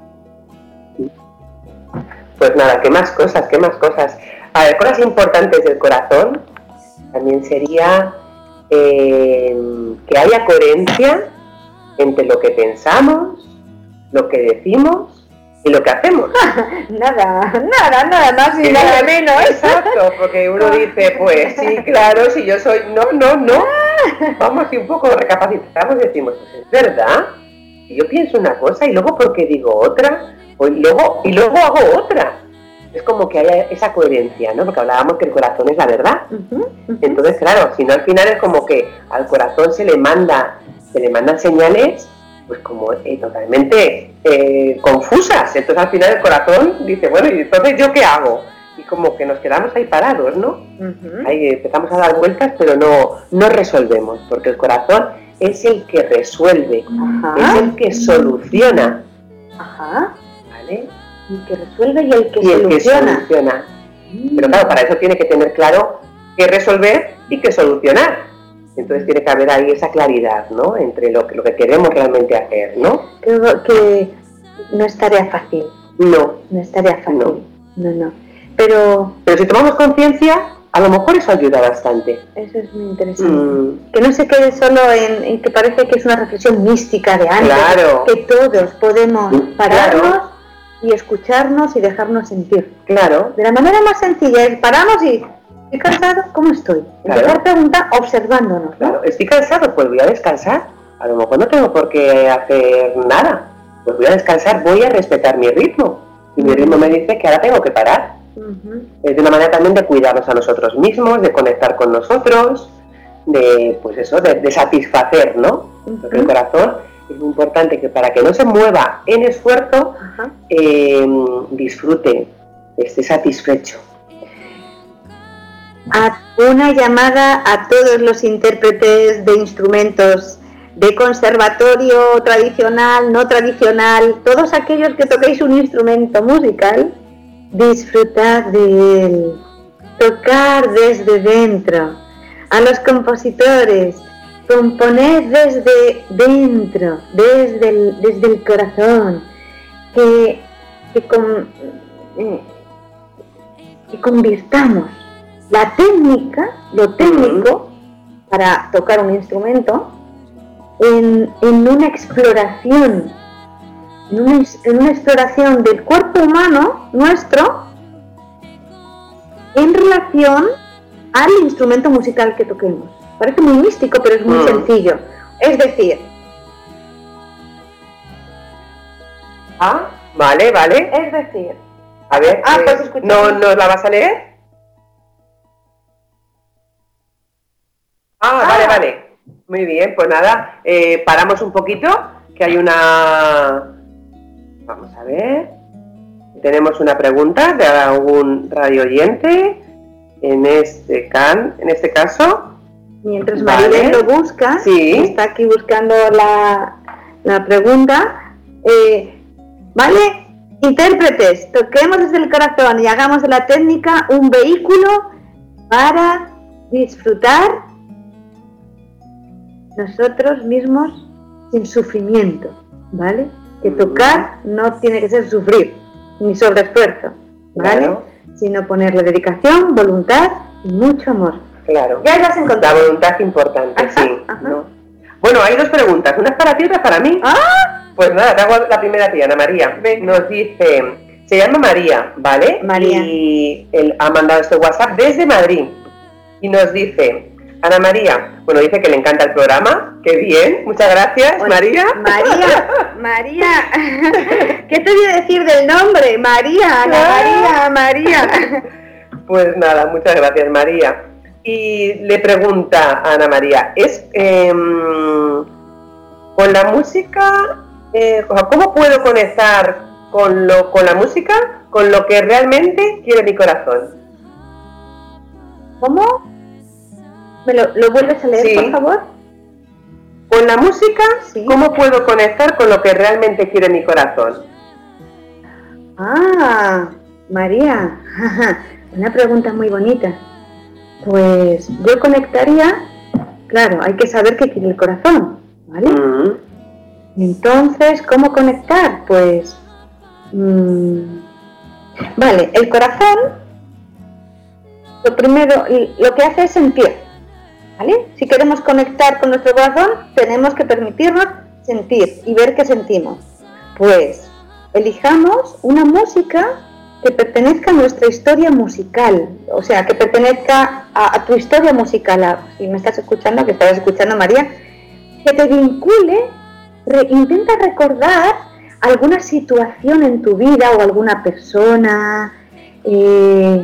Pues nada, ¿qué más cosas? ¿Qué más cosas? A ver, cosas importantes del corazón también sería eh, que haya coherencia entre lo que pensamos, lo que decimos y lo que hacemos. Nada, nada, nada más y nada menos. Exacto, porque uno dice, pues sí, claro, si yo soy, no, no, no. Vamos y un poco recapacitamos y decimos, pues es verdad, y yo pienso una cosa y luego porque digo otra, y luego, y luego hago otra. Es como que haya esa coherencia, ¿no? Porque hablábamos que el corazón es la verdad. Uh-huh, uh-huh. Entonces, claro, si no al final es como que al corazón se le manda, se le mandan señales pues como eh, totalmente eh, confusas. Entonces al final el corazón dice, bueno, ¿y entonces yo qué hago? Y como que nos quedamos ahí parados, ¿no? Uh-huh. Ahí empezamos a dar vueltas, pero no, no resolvemos, porque el corazón es el que resuelve, uh-huh. es el que soluciona. Ajá. ¿Vale? El que resuelve y el que y soluciona. El que soluciona. Mm. Pero claro, para eso tiene que tener claro qué resolver y qué solucionar. Entonces tiene que haber ahí esa claridad, ¿no? Entre lo que, lo que queremos realmente hacer, ¿no? Creo que no es tarea fácil. No. No es tarea fácil. No, no. no. Pero... Pero si tomamos conciencia, a lo mejor eso ayuda bastante. Eso es muy interesante. Mm. Que no se quede solo en, en que parece que es una reflexión mística de ánimo. Claro. Que todos podemos pararnos claro. y escucharnos y dejarnos sentir. Claro. De la manera más sencilla es pararnos y... ¿Estoy cansado? ¿Cómo estoy? Claro. Empezar pregunta observándonos, ¿no? Claro, ¿estoy cansado? Pues voy a descansar. A lo mejor no tengo por qué hacer nada. Pues voy a descansar, voy a respetar mi ritmo. Y mi ritmo me dice que ahora tengo que parar. Uh-huh. Es de una manera también de cuidarnos a nosotros mismos, de conectar con nosotros, de, pues eso, de, de satisfacer, ¿no? Uh-huh. Porque el corazón es muy importante que para que no se mueva en esfuerzo, uh-huh. eh, disfrute, esté satisfecho. A una llamada a todos los intérpretes de instrumentos de conservatorio tradicional, no tradicional, todos aquellos que toquéis un instrumento musical, disfrutad de él, tocar desde dentro. A los compositores, componed desde dentro, desde el, desde el corazón, que, que, con, eh, que convirtamos la técnica, lo técnico, uh-huh. para tocar un instrumento, en, en una exploración, en una, en una exploración del cuerpo humano nuestro en relación al instrumento musical que toquemos. Parece muy místico, pero es muy uh-huh. sencillo. Es decir... Ah, vale, vale. Es decir... A ver, ah, eh, pues escucha. ¿no, ¿nos la vas a leer? Ah, ah, vale, vale. Muy bien, pues nada, eh, paramos un poquito, que hay una... Vamos a ver. Tenemos una pregunta de algún radio oyente, en este, can, en este caso. Mientras Maribel vale. lo busca, sí. está aquí buscando la, la pregunta. Eh, vale, intérpretes, toquemos desde el corazón y hagamos de la técnica un vehículo para disfrutar nosotros mismos sin sufrimiento, ¿vale? Que tocar no tiene que ser sufrir, ni sobreesfuerzo, ¿vale? Claro. Sino ponerle dedicación, voluntad y mucho amor. Claro. Ya las encontrado. La voluntad es importante, Ajá, sí. ajá. ¿No? Bueno, hay dos preguntas, una es para ti y otra es para mí. ¡Ah! Pues nada, te hago la primera a ti, Ana María. Venga. Nos dice, se llama María, ¿vale? María. Y él ha mandado este WhatsApp desde Madrid. Y nos dice, Ana María, bueno, dice que le encanta el programa, qué bien, muchas gracias, Oye, María. María, María, ¿qué te voy a decir del nombre? María, Ana María, María. Pues nada, muchas gracias, María. Y le pregunta a Ana María, ¿es eh, con la música, eh, cómo puedo conectar con, lo, con la música, con lo que realmente quiere mi corazón? ¿Cómo? ¿Me lo, lo vuelves a leer, Sí. por favor? Con la música, Sí. ¿cómo puedo conectar con lo que realmente quiere mi corazón? Ah, María, una pregunta muy bonita. Pues yo conectaría, claro, hay que saber qué quiere el corazón, ¿vale? Mm, Entonces, ¿cómo conectar? Pues, mmm, vale, el corazón, lo primero, lo que hace es sentir, ¿vale? Si queremos conectar con nuestro corazón, tenemos que permitirnos sentir y ver qué sentimos. Pues, elijamos una música que pertenezca a nuestra historia musical, o sea, que pertenezca a, a tu historia musical, a, si me estás escuchando, que estás escuchando, María, que te vincule, re, intenta recordar alguna situación en tu vida o alguna persona, eh,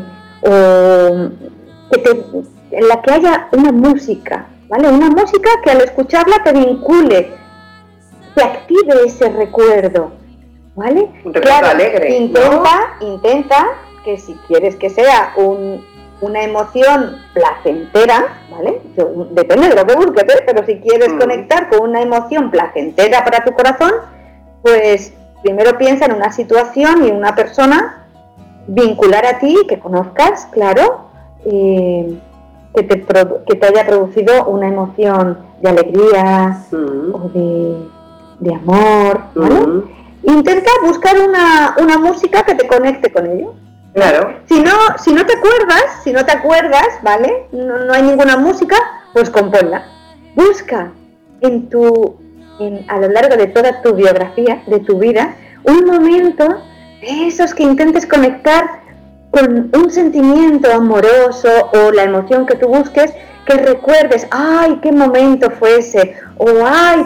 o que te, en la que haya una música, ¿vale? Una música que al escucharla te vincule, te active ese recuerdo. ¿Vale? Un recuerdo claro, alegre, intenta, ¿no? intenta que si quieres que sea un, una emoción placentera, ¿vale? Yo, depende de lo que busques, ¿eh? Pero si quieres mm. conectar con una emoción placentera para tu corazón, pues primero piensa en una situación y una persona vincular a ti, que conozcas, claro, eh, que, te produ- que te haya producido una emoción de alegría mm. o de, de amor, ¿vale? Mm. Intenta buscar una, una música que te conecte con ello. Claro. Si no, si no te acuerdas, si no te acuerdas, ¿vale? No, no hay ninguna música, pues compónla. Busca en tu, en, a lo largo de toda tu biografía, de tu vida, un momento de esos que intentes conectar con un sentimiento amoroso o la emoción que tú busques, que recuerdes, ¡ay, qué momento fue ese! O ¡ay!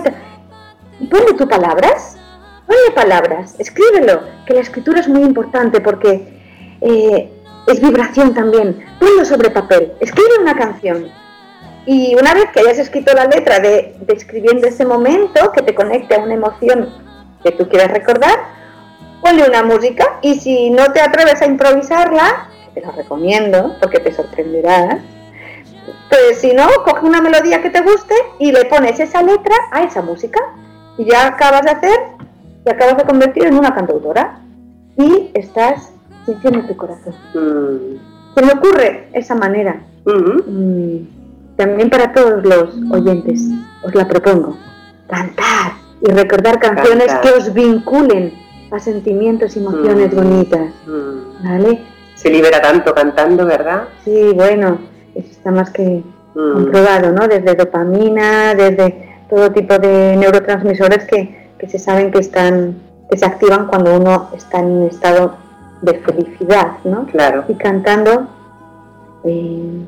Y ponle tus palabras. Ponle palabras, escríbelo, que la escritura es muy importante porque eh, es vibración también. Ponlo sobre papel, escribe una canción y una vez que hayas escrito la letra de describiendo ese momento que te conecte a una emoción que tú quieras recordar, ponle una música y si no te atreves a improvisarla, que te lo recomiendo porque te sorprenderás, pues si no, coge una melodía que te guste y le pones esa letra a esa música y ya acabas de hacer... te acabas de convertir en una cantautora y estás sintiendo tu corazón. Mm. Se me ocurre esa manera. Mm-hmm. Mm, también para todos los oyentes, os la propongo. Cantar y recordar canciones Cantar. que os vinculen a sentimientos y emociones mm. bonitas. Mm. ¿Vale? Se libera tanto cantando, ¿verdad? Sí, bueno, eso está más que mm. comprobado, ¿no? Desde dopamina, desde todo tipo de neurotransmisores que que se saben que están, que se activan cuando uno está en un estado de felicidad, ¿no? Claro. Y cantando eh,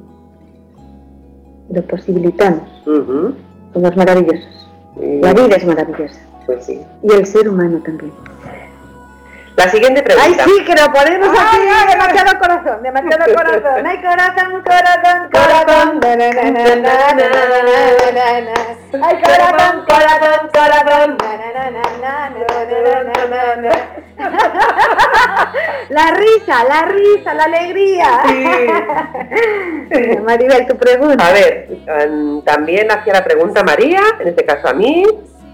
lo posibilitamos. Uh-huh. Somos maravillosos. Uh-huh. La vida es maravillosa. Pues sí. Y el ser humano también. La siguiente pregunta. ¡Ay, sí, que lo ponemos aquí! Ay, ay, demasiado corazón, demasiado corazón. ¡Ay, corazón, corazón, corazón! ¡Ay, corazón, corazón, corazón! La risa, la risa, la alegría. Sí. Maribel, tu pregunta. A ver, también hacía la pregunta María, en este caso a mí.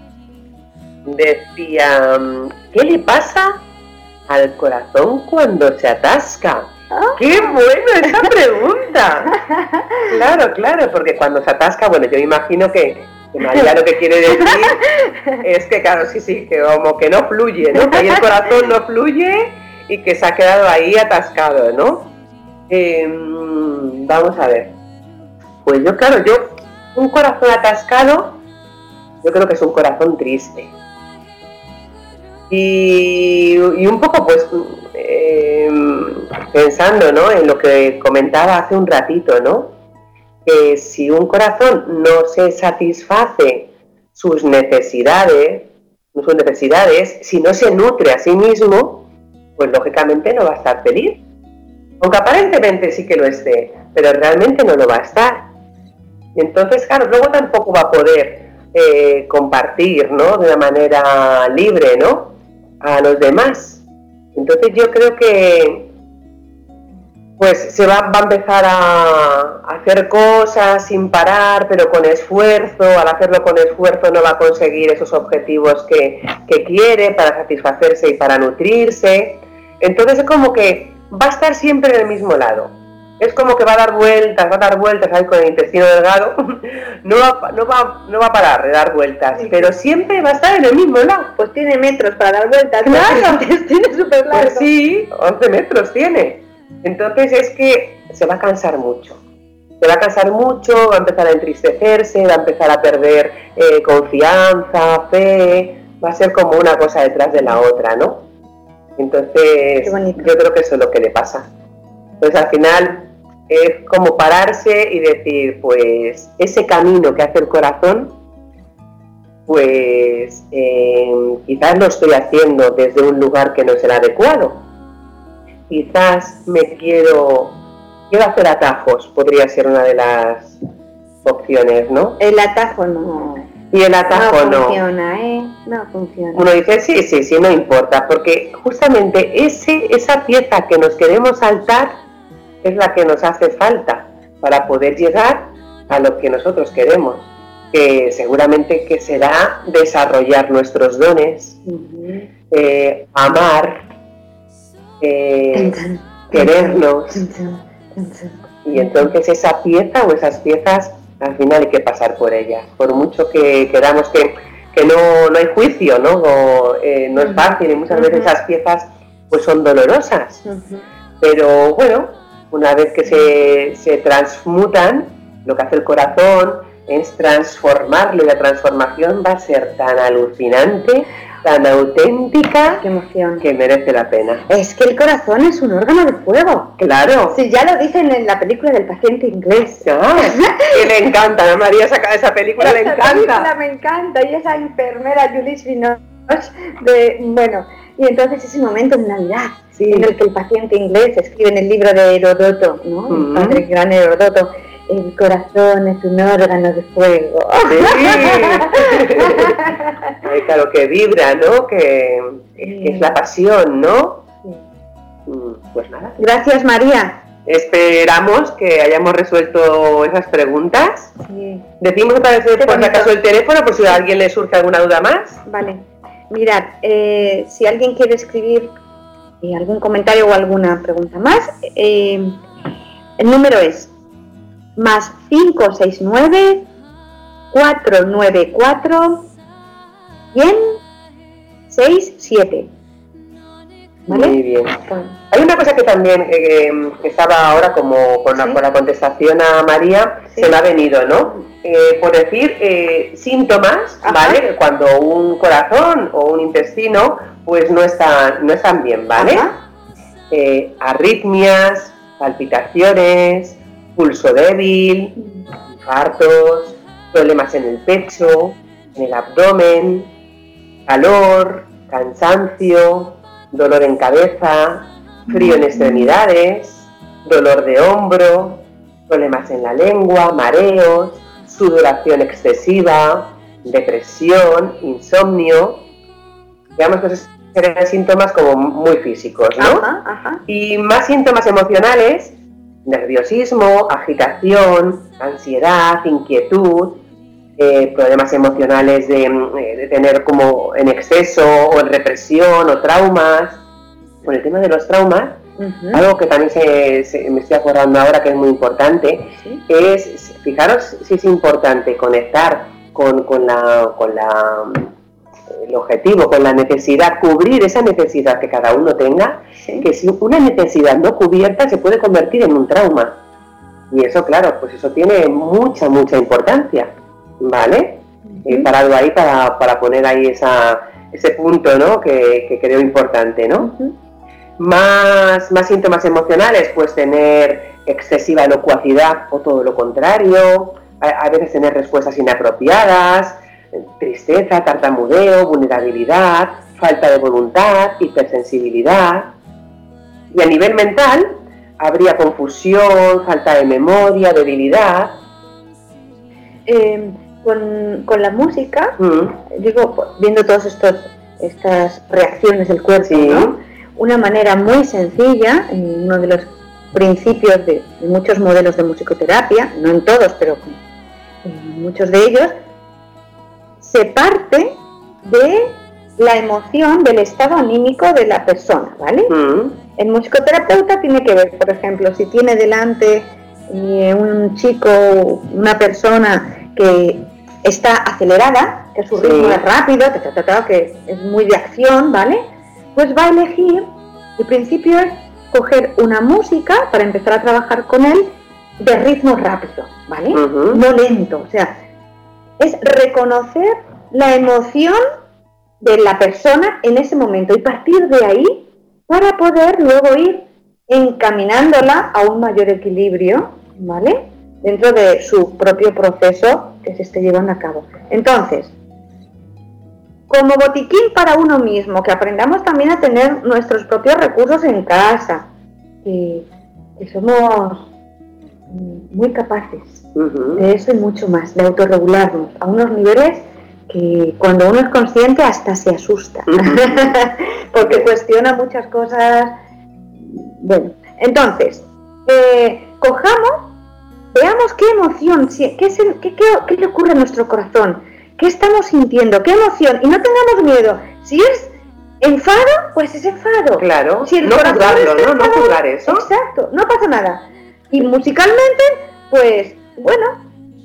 Decía, ¿qué le pasa al corazón cuando se atasca? ¿Oh? ¡Qué buena esa pregunta! Claro, claro, porque cuando se atasca, bueno, yo imagino que, que María lo que quiere decir es que, claro, sí, sí, que como que no fluye, ¿no? Que ahí el corazón no fluye y que se ha quedado ahí atascado, ¿no? Eh, vamos a ver. Pues yo, claro, yo, un corazón atascado, yo creo que es un corazón triste. Y, y un poco, pues, eh, pensando, ¿no?, en lo que comentaba hace un ratito, ¿no?, que si un corazón no se satisface sus necesidades, sus necesidades, si no se nutre a sí mismo, pues lógicamente no va a estar feliz. Aunque aparentemente sí que lo esté, pero realmente no lo va a estar. Y entonces, claro, luego tampoco va a poder eh, compartir, ¿no?, de una manera libre, ¿no?, a los demás. Entonces yo creo que pues se va, va a empezar a, a hacer cosas sin parar, pero con esfuerzo. Al hacerlo con esfuerzo no va a conseguir esos objetivos que, que quiere para satisfacerse y para nutrirse. Entonces es como que va a estar siempre en el mismo lado. Es como que va a dar vueltas, va a dar vueltas ahí con el intestino delgado. No va, no va, no va a parar de dar vueltas, sí, pero siempre va a estar en el mismo lado. Pues tiene metros para dar vueltas. Claro, el intestino es súper largo. Pues sí, once metros tiene. Entonces es que se va a cansar mucho. Se va a cansar mucho, va a empezar a entristecerse, va a empezar a perder eh, confianza, fe. Va a ser como una cosa detrás de la otra, ¿no? Entonces yo creo que eso es lo que le pasa. Entonces al final es como pararse y decir, pues ese camino que hace el corazón, pues eh, quizás lo estoy haciendo desde un lugar que no es el adecuado. Quizás me quiero, quiero hacer atajos, podría ser una de las opciones, ¿no? El atajo no. Y el atajo no. No funciona, ¿eh? No funciona. Uno dice, sí, sí, sí, no importa, porque justamente ese, esa pieza que nos queremos saltar es la que nos hace falta para poder llegar a lo que nosotros queremos, que seguramente que será desarrollar nuestros dones, uh-huh. eh, amar, eh, querernos, y entonces esa pieza o esas piezas al final hay que pasar por ellas, por mucho que queramos que, que no, no hay juicio, ¿no? O, eh, no es fácil y muchas uh-huh. veces esas piezas pues son dolorosas, uh-huh. pero bueno, una vez que se, se transmutan, lo que hace el corazón es transformarlo, y la transformación va a ser tan alucinante, tan auténtica, qué emoción, que merece la pena. Es que el corazón es un órgano de fuego. Claro. Sí, ya lo dicen en la película del paciente inglés. Ah, que le encanta, Ana María saca esa película, le encanta. Esa película me encanta, y esa enfermera Julie Binoche, de, bueno, y entonces ese momento en Navidad, sí, en el que el paciente inglés escribe en el libro de Heródoto, ¿no? Uh-huh. El padre gran Heródoto, el corazón es un órgano de fuego. Sí. Ay, claro, que vibra, ¿no? Que, sí. que es la pasión, ¿no? Sí. Pues nada. Gracias, María. Esperamos que hayamos resuelto esas preguntas. Sí. Decimos otra vez por si acaso el teléfono, por si a alguien le surge alguna duda más. Vale. Mirad, eh, si alguien quiere escribir eh, algún comentario o alguna pregunta más, eh, el número es más cinco seis nueve, cuatro nueve cuatro, cien, seis siete. ¿Vale? Muy bien. Hay una cosa que también eh, estaba ahora como con la, ¿sí? con la contestación a María, ¿sí? se me ha venido, ¿no? Eh, por decir eh, síntomas, Ajá. ¿vale? Cuando un corazón o un intestino pues no están, no están bien, ¿vale? Eh, arritmias, palpitaciones, pulso débil, infartos, problemas en el pecho, en el abdomen, calor, cansancio, dolor en cabeza, frío en extremidades, dolor de hombro, problemas en la lengua, mareos, sudoración excesiva, depresión, insomnio. Digamos que esos serían síntomas como muy físicos, ¿no? Ajá, ajá. Y más síntomas emocionales, nerviosismo, agitación, ansiedad, inquietud, eh, problemas emocionales de, de tener como en exceso o en represión o traumas. Con el tema de los traumas, uh-huh. algo que también se, se, me estoy acordando ahora que es muy importante, ¿sí? es, fijaros si es importante conectar con, con, la, con la, el objetivo, con la necesidad, cubrir esa necesidad que cada uno tenga, ¿sí? que si una necesidad no cubierta se puede convertir en un trauma. Y eso, claro, pues eso tiene mucha, mucha importancia, ¿vale? Uh-huh. He parado ahí para, para poner ahí esa, ese punto, ¿no? Que, que creo importante, ¿no? Uh-huh. Más, más síntomas emocionales, pues tener excesiva locuacidad o todo lo contrario, a, a veces tener respuestas inapropiadas, tristeza, tartamudeo, vulnerabilidad, falta de voluntad, hipersensibilidad. Y a nivel mental habría confusión, falta de memoria, debilidad. Eh, con, con la música, mm. digo, viendo todas estas reacciones del cuerpo, sí. ¿no? Una manera muy sencilla, uno de los principios de, de muchos modelos de musicoterapia, no en todos, pero en muchos de ellos, se parte de la emoción, del estado anímico de la persona, ¿vale? Mm. El musicoterapeuta tiene que ver, por ejemplo, si tiene delante eh, un chico, una persona que está acelerada, que su ritmo sí. es rápido, ta, ta, ta, ta, que es muy de acción, ¿vale? Pues va a elegir, el principio es coger una música para empezar a trabajar con él de ritmo rápido, ¿vale? Uh-huh. No lento, o sea, es reconocer la emoción de la persona en ese momento y partir de ahí para poder luego ir encaminándola a un mayor equilibrio, ¿vale? Dentro de su propio proceso que se esté llevando a cabo. Entonces, como botiquín para uno mismo, que aprendamos también a tener nuestros propios recursos en casa, que, que somos muy capaces uh-huh. de eso y mucho más, de autorregularnos a unos niveles que cuando uno es consciente hasta se asusta, uh-huh. porque cuestiona muchas cosas. Bueno, entonces, eh, cojamos, veamos qué emoción, qué, es el, qué, qué, qué le ocurre a nuestro corazón, qué estamos sintiendo, qué emoción, y no tengamos miedo. Si es enfado, pues es enfado. Claro, si el no juzgarlo, ¿no? No juzgar eso. Exacto, no pasa nada. Y musicalmente, pues, bueno,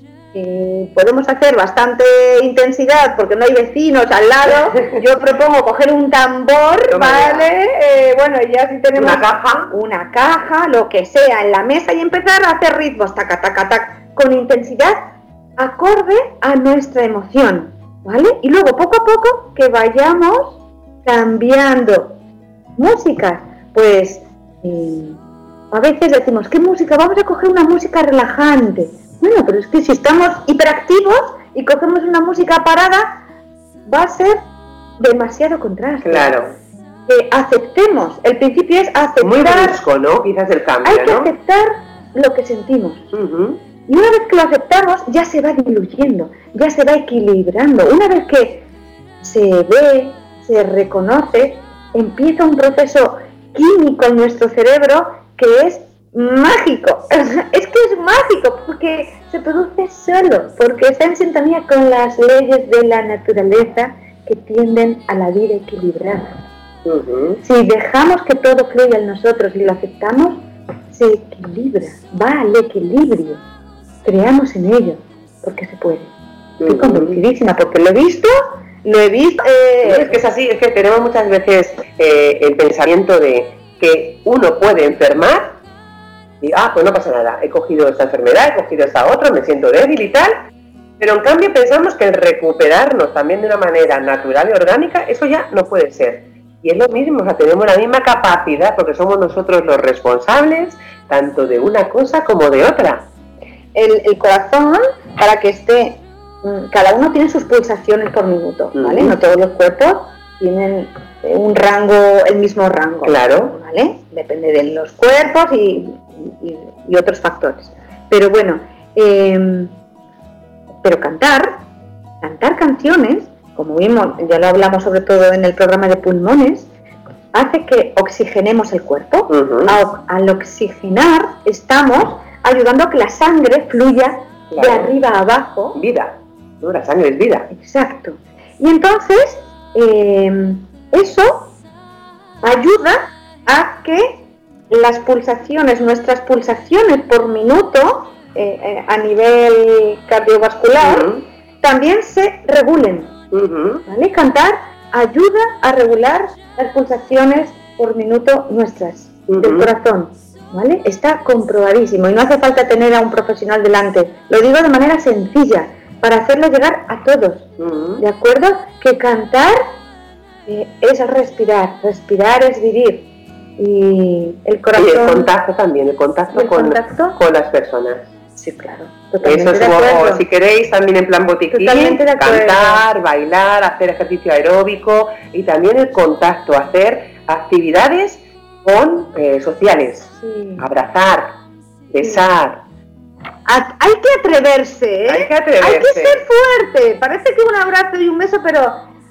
eh, podemos hacer bastante intensidad porque no hay vecinos al lado. Yo propongo coger un tambor, no ¿vale? Eh, bueno, ya si tenemos una caja, una caja, lo que sea, en la mesa y empezar a hacer ritmos, taca, taca, taca, con intensidad acorde a nuestra emoción, ¿vale? Y luego, poco a poco, que vayamos cambiando músicas. Pues, eh, a veces decimos, ¿qué música? Vamos a coger una música relajante. Bueno, pero es que si estamos hiperactivos y cogemos una música parada, va a ser demasiado contraste. Claro. Que aceptemos, el principio es aceptar. Muy brusco, ¿no? Quizás el cambio, Hay que ¿no? aceptar lo que sentimos. Uh-huh. Y una vez que lo aceptamos, ya se va diluyendo, ya se va equilibrando. Una vez que se ve, se reconoce, empieza un proceso químico en nuestro cerebro que es mágico. Es que es mágico porque se produce solo, porque está en sintonía con las leyes de la naturaleza que tienden a la vida equilibrada. Uh-huh. Si dejamos que todo fluya en nosotros y lo aceptamos, se equilibra, va al equilibrio. Creamos en ello, porque se puede. Estoy convencidísima, porque lo he visto, lo he visto... Eh... Es que es así, es que tenemos muchas veces eh, el pensamiento de que uno puede enfermar y, ah, pues no pasa nada, he cogido esta enfermedad, he cogido esta otra, me siento débil y tal, pero en cambio pensamos que el recuperarnos también de una manera natural y orgánica, eso ya no puede ser. Y es lo mismo, o sea, tenemos la misma capacidad porque somos nosotros los responsables tanto de una cosa como de otra. El, el corazón, para que esté, cada uno tiene sus pulsaciones por minuto, ¿vale? Uh-huh. No todos los cuerpos tienen un rango, el mismo rango. Claro. ¿Vale? Depende de los cuerpos y, y, y otros factores. Pero bueno, eh, pero cantar, cantar canciones, como vimos, ya lo hablamos sobre todo en el programa de pulmones, hace que oxigenemos el cuerpo. Uh-huh. Al, al oxigenar estamos ayudando a que la sangre fluya claro. de arriba a abajo. Vida, ¿no? La sangre es vida. Exacto. Y entonces, eh, eso ayuda a que las pulsaciones, nuestras pulsaciones por minuto, eh, eh, a nivel cardiovascular, uh-huh. también se regulen. Uh-huh. ¿Vale? Cantar ayuda a regular las pulsaciones por minuto nuestras, uh-huh. del corazón. ¿vale? Está comprobadísimo y no hace falta tener a un profesional delante. Lo digo de manera sencilla, para hacerlo llegar a todos, uh-huh. ¿de acuerdo? Que cantar eh, es respirar, respirar es vivir. Y el corazón... Y el contacto también, el contacto, ¿El con, contacto? con las personas. Sí, claro. Eso es como, si queréis, también en plan botiquín, cantar, bailar, hacer ejercicio aeróbico y también el contacto, hacer actividades con eh, sociales, sí. Abrazar, besar. Sí. A, hay que atreverse, ¿eh? Hay que atreverse. Hay que ser fuerte. Parece que un abrazo y un beso, pero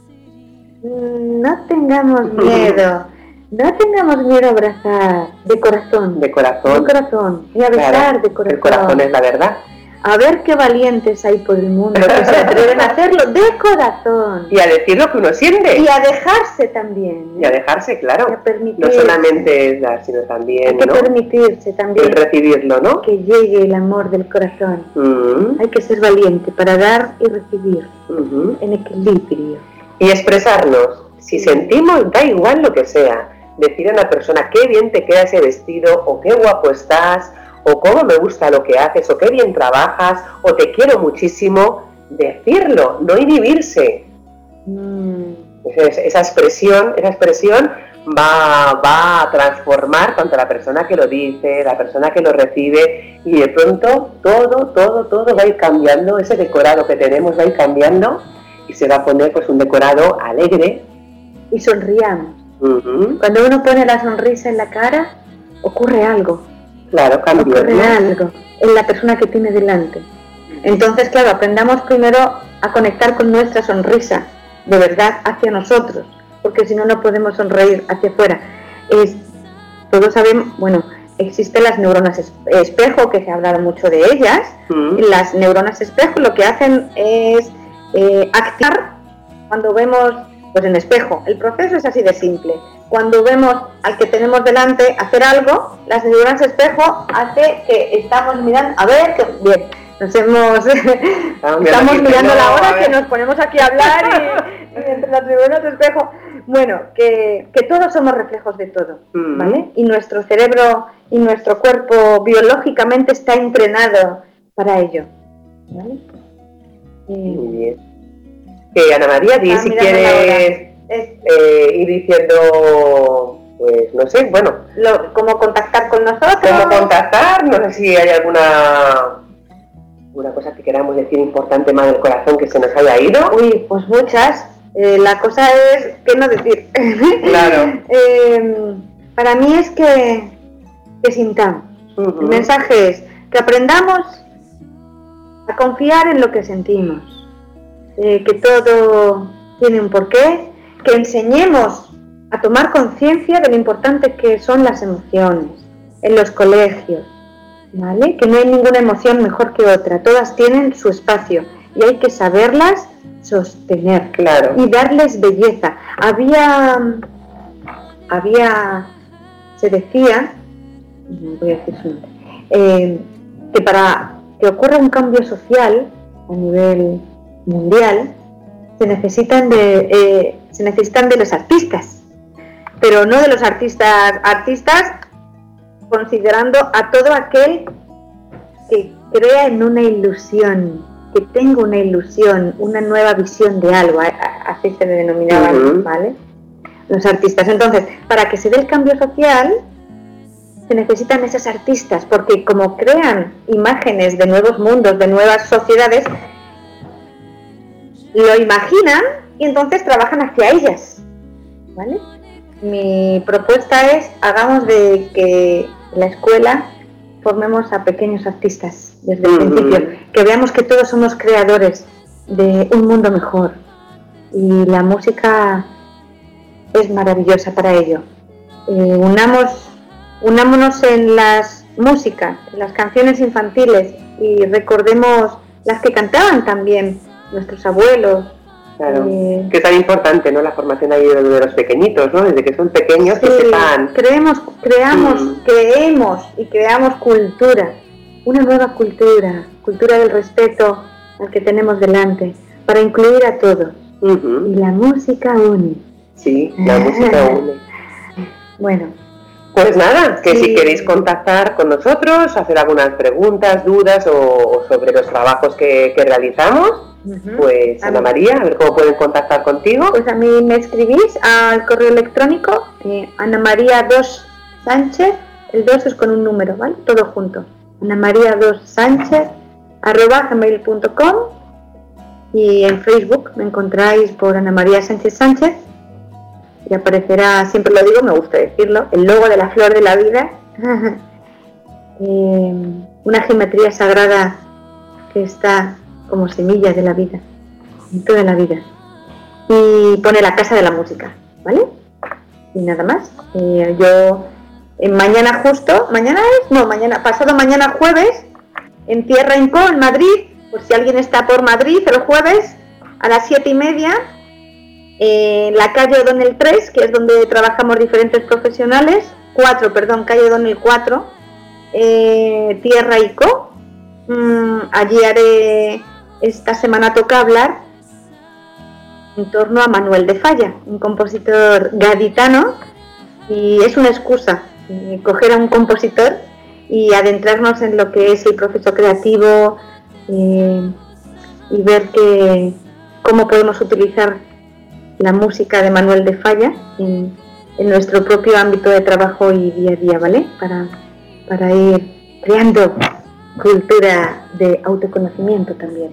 no tengamos miedo. No tengamos miedo a abrazar, de corazón. De corazón. De corazón. Y a besar, claro, de corazón. El corazón es la verdad. A ver qué valientes hay por el mundo que se atreven a hacerlo de corazón. Y a decir lo que uno siente. Y a dejarse también. ¿eh? Y a dejarse, claro. Y a permitirse. No solamente es dar, sino también, hay que ¿no? permitirse también. El recibirlo, ¿no? Que llegue el amor del corazón. Uh-huh. Hay que ser valiente para dar y recibir. Uh-huh. En equilibrio. Y expresarnos. Si sentimos, da igual lo que sea. Decir a una persona qué bien te queda ese vestido, o qué guapo estás, o cómo me gusta lo que haces, o qué bien trabajas, o te quiero muchísimo, decirlo, no inhibirse. Mm. Esa, esa expresión, esa expresión va, va a transformar tanto a la persona que lo dice, la persona que lo recibe, y de pronto todo, todo, todo va a ir cambiando, ese decorado que tenemos va a ir cambiando, y se va a poner pues un decorado alegre. Y sonriamos. Uh-huh. Cuando uno pone la sonrisa en la cara, ocurre algo. Claro, cambia. Ocurre, ¿no?, algo en la persona que tiene delante. Entonces, claro, aprendamos primero a conectar con nuestra sonrisa, de verdad, hacia nosotros, porque si no, no podemos sonreír hacia afuera. Es, todos sabemos, bueno, existen las neuronas espejo, que se ha hablado mucho de ellas. Uh-huh. Las neuronas espejo lo que hacen es eh, activar cuando vemos... Pues en espejo, el proceso es así de simple. Cuando vemos al que tenemos delante hacer algo, las neuronas espejo hace que estamos mirando, a ver, que bien, nos hemos, estamos, estamos mirando la hora que nos ponemos aquí a hablar y, y entre las neuronas espejo, bueno, que, que todos somos reflejos de todo, ¿vale? Y nuestro cerebro y nuestro cuerpo biológicamente está entrenado para ello, ¿vale? Muy bien. Que Ana María, di si quieres eh, ir diciendo, pues no sé, bueno, Lo, cómo contactar con nosotros. Cómo contactar, no sé si hay alguna una cosa que queramos decir importante más del corazón que se nos haya ido. Uy, pues muchas. Eh, la cosa es qué no decir. Claro. eh, para mí es que, que sintamos. Uh-huh. El mensaje es que aprendamos a confiar en lo que sentimos. Eh, que todo tiene un porqué, que enseñemos a tomar conciencia de lo importante que son las emociones en los colegios, ¿vale? Que no hay ninguna emoción mejor que otra, todas tienen su espacio y hay que saberlas sostener, claro, y darles belleza. Había, había, se decía, voy a decir su nombre, eh, que para que ocurra un cambio social a nivel mundial se necesitan de eh, se necesitan de los artistas, pero no de los artistas artistas considerando a todo aquel que crea en una ilusión, que tenga una ilusión, una nueva visión de algo, así se le denominaban, uh-huh. ¿vale? Los artistas. Entonces, para que se dé el cambio social se necesitan esos artistas, porque como crean imágenes de nuevos mundos, de nuevas sociedades, lo imaginan y entonces trabajan hacia ellas, ¿vale? Mi propuesta es, hagamos de que la escuela formemos a pequeños artistas desde el uh-huh. principio, que veamos que todos somos creadores de un mundo mejor y la música es maravillosa para ello. Eh, unamos, unámonos en las músicas, en las canciones infantiles y recordemos las que cantaban también nuestros abuelos. Claro, eh, que es tan importante, ¿no? La formación ahí de, de los pequeñitos, ¿no? Desde que son pequeños, sí, que sepan. Creemos, creamos, mm. creemos y creamos cultura, una nueva cultura, cultura del respeto al que tenemos delante, para incluir a todos. Uh-huh. Y la música une. Sí, la música une. Bueno, Pues nada, que sí. Si queréis contactar con nosotros, hacer algunas preguntas, dudas o, o sobre los trabajos que, que realizamos, uh-huh. pues Ana María, a ver cómo pueden contactar contigo. Pues a mí me escribís al correo electrónico eh, Ana María dos Sánchez, el dos es con un número, ¿vale? Todo junto. Ana María dos Sánchez arroba gmail punto com, y en Facebook me encontráis por Ana María Sánchez Sánchez y aparecerá, siempre lo digo, me gusta decirlo, el logo de la flor de la vida, eh, una geometría sagrada que está como semilla de la vida, en toda la vida, y pone la casa de la música, ¿vale? Y nada más. Eh, yo eh, mañana justo, mañana es, no, mañana, pasado mañana jueves, en Tierra Inco, en Madrid, por si alguien está por Madrid el jueves a las siete y media, en la calle O'Donnell tres, que es donde trabajamos diferentes profesionales, cuatro, perdón, calle O'Donnell cuatro, eh, Tierra Inco. Mm, allí haré, esta semana toca hablar en torno a Manuel de Falla, un compositor gaditano, y es una excusa eh, coger a un compositor y adentrarnos en lo que es el proceso creativo eh, y ver que, cómo podemos utilizar la música de Manuel de Falla en, en nuestro propio ámbito de trabajo y día a día, ¿vale? Para, para ir creando cultura de autoconocimiento también.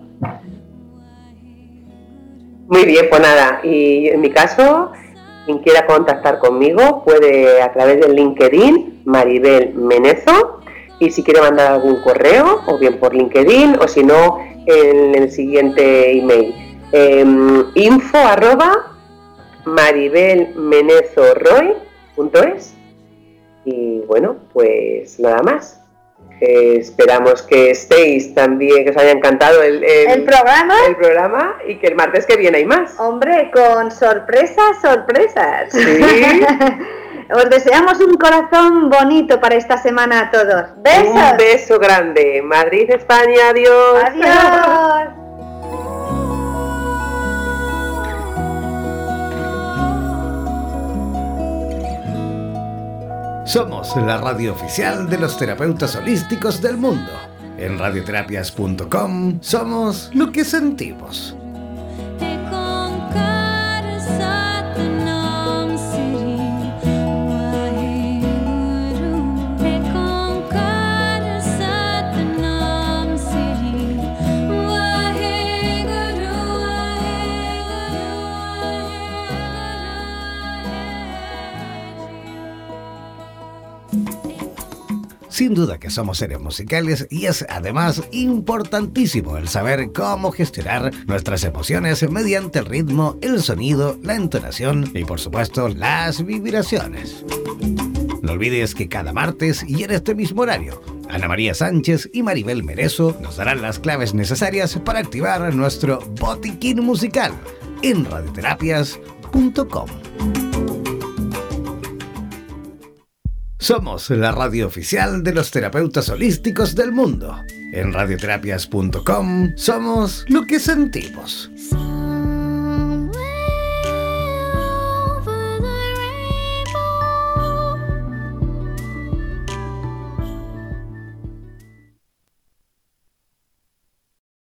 Muy bien, pues nada, y en mi caso, quien quiera contactar conmigo puede a través del LinkedIn, Maribel Menezo, y si quiere mandar algún correo, o bien por LinkedIn, o si no, en el siguiente email, eh, info arroba maribelmenezoroy punto es. Y bueno, pues nada más. Eh, esperamos que estéis también, que os haya encantado el, el, ¿El programa? el programa y que el martes que viene hay más. Hombre, con sorpresas, sorpresas. Sí. Os deseamos un corazón bonito para esta semana a todos. ¡Besos! Un beso grande. Madrid, España, adiós. Adiós. Somos la radio oficial de los terapeutas holísticos del mundo. En radioterapias punto com somos lo que sentimos. Sin duda que somos seres musicales y es además importantísimo el saber cómo gestionar nuestras emociones mediante el ritmo, el sonido, la entonación y por supuesto las vibraciones. No olvides que cada martes y en este mismo horario, Ana María Sánchez y Maribel Menezo nos darán las claves necesarias para activar nuestro botiquín musical en radioterapias punto com. Somos la radio oficial de los terapeutas holísticos del mundo. En radioterapias punto com somos lo que sentimos.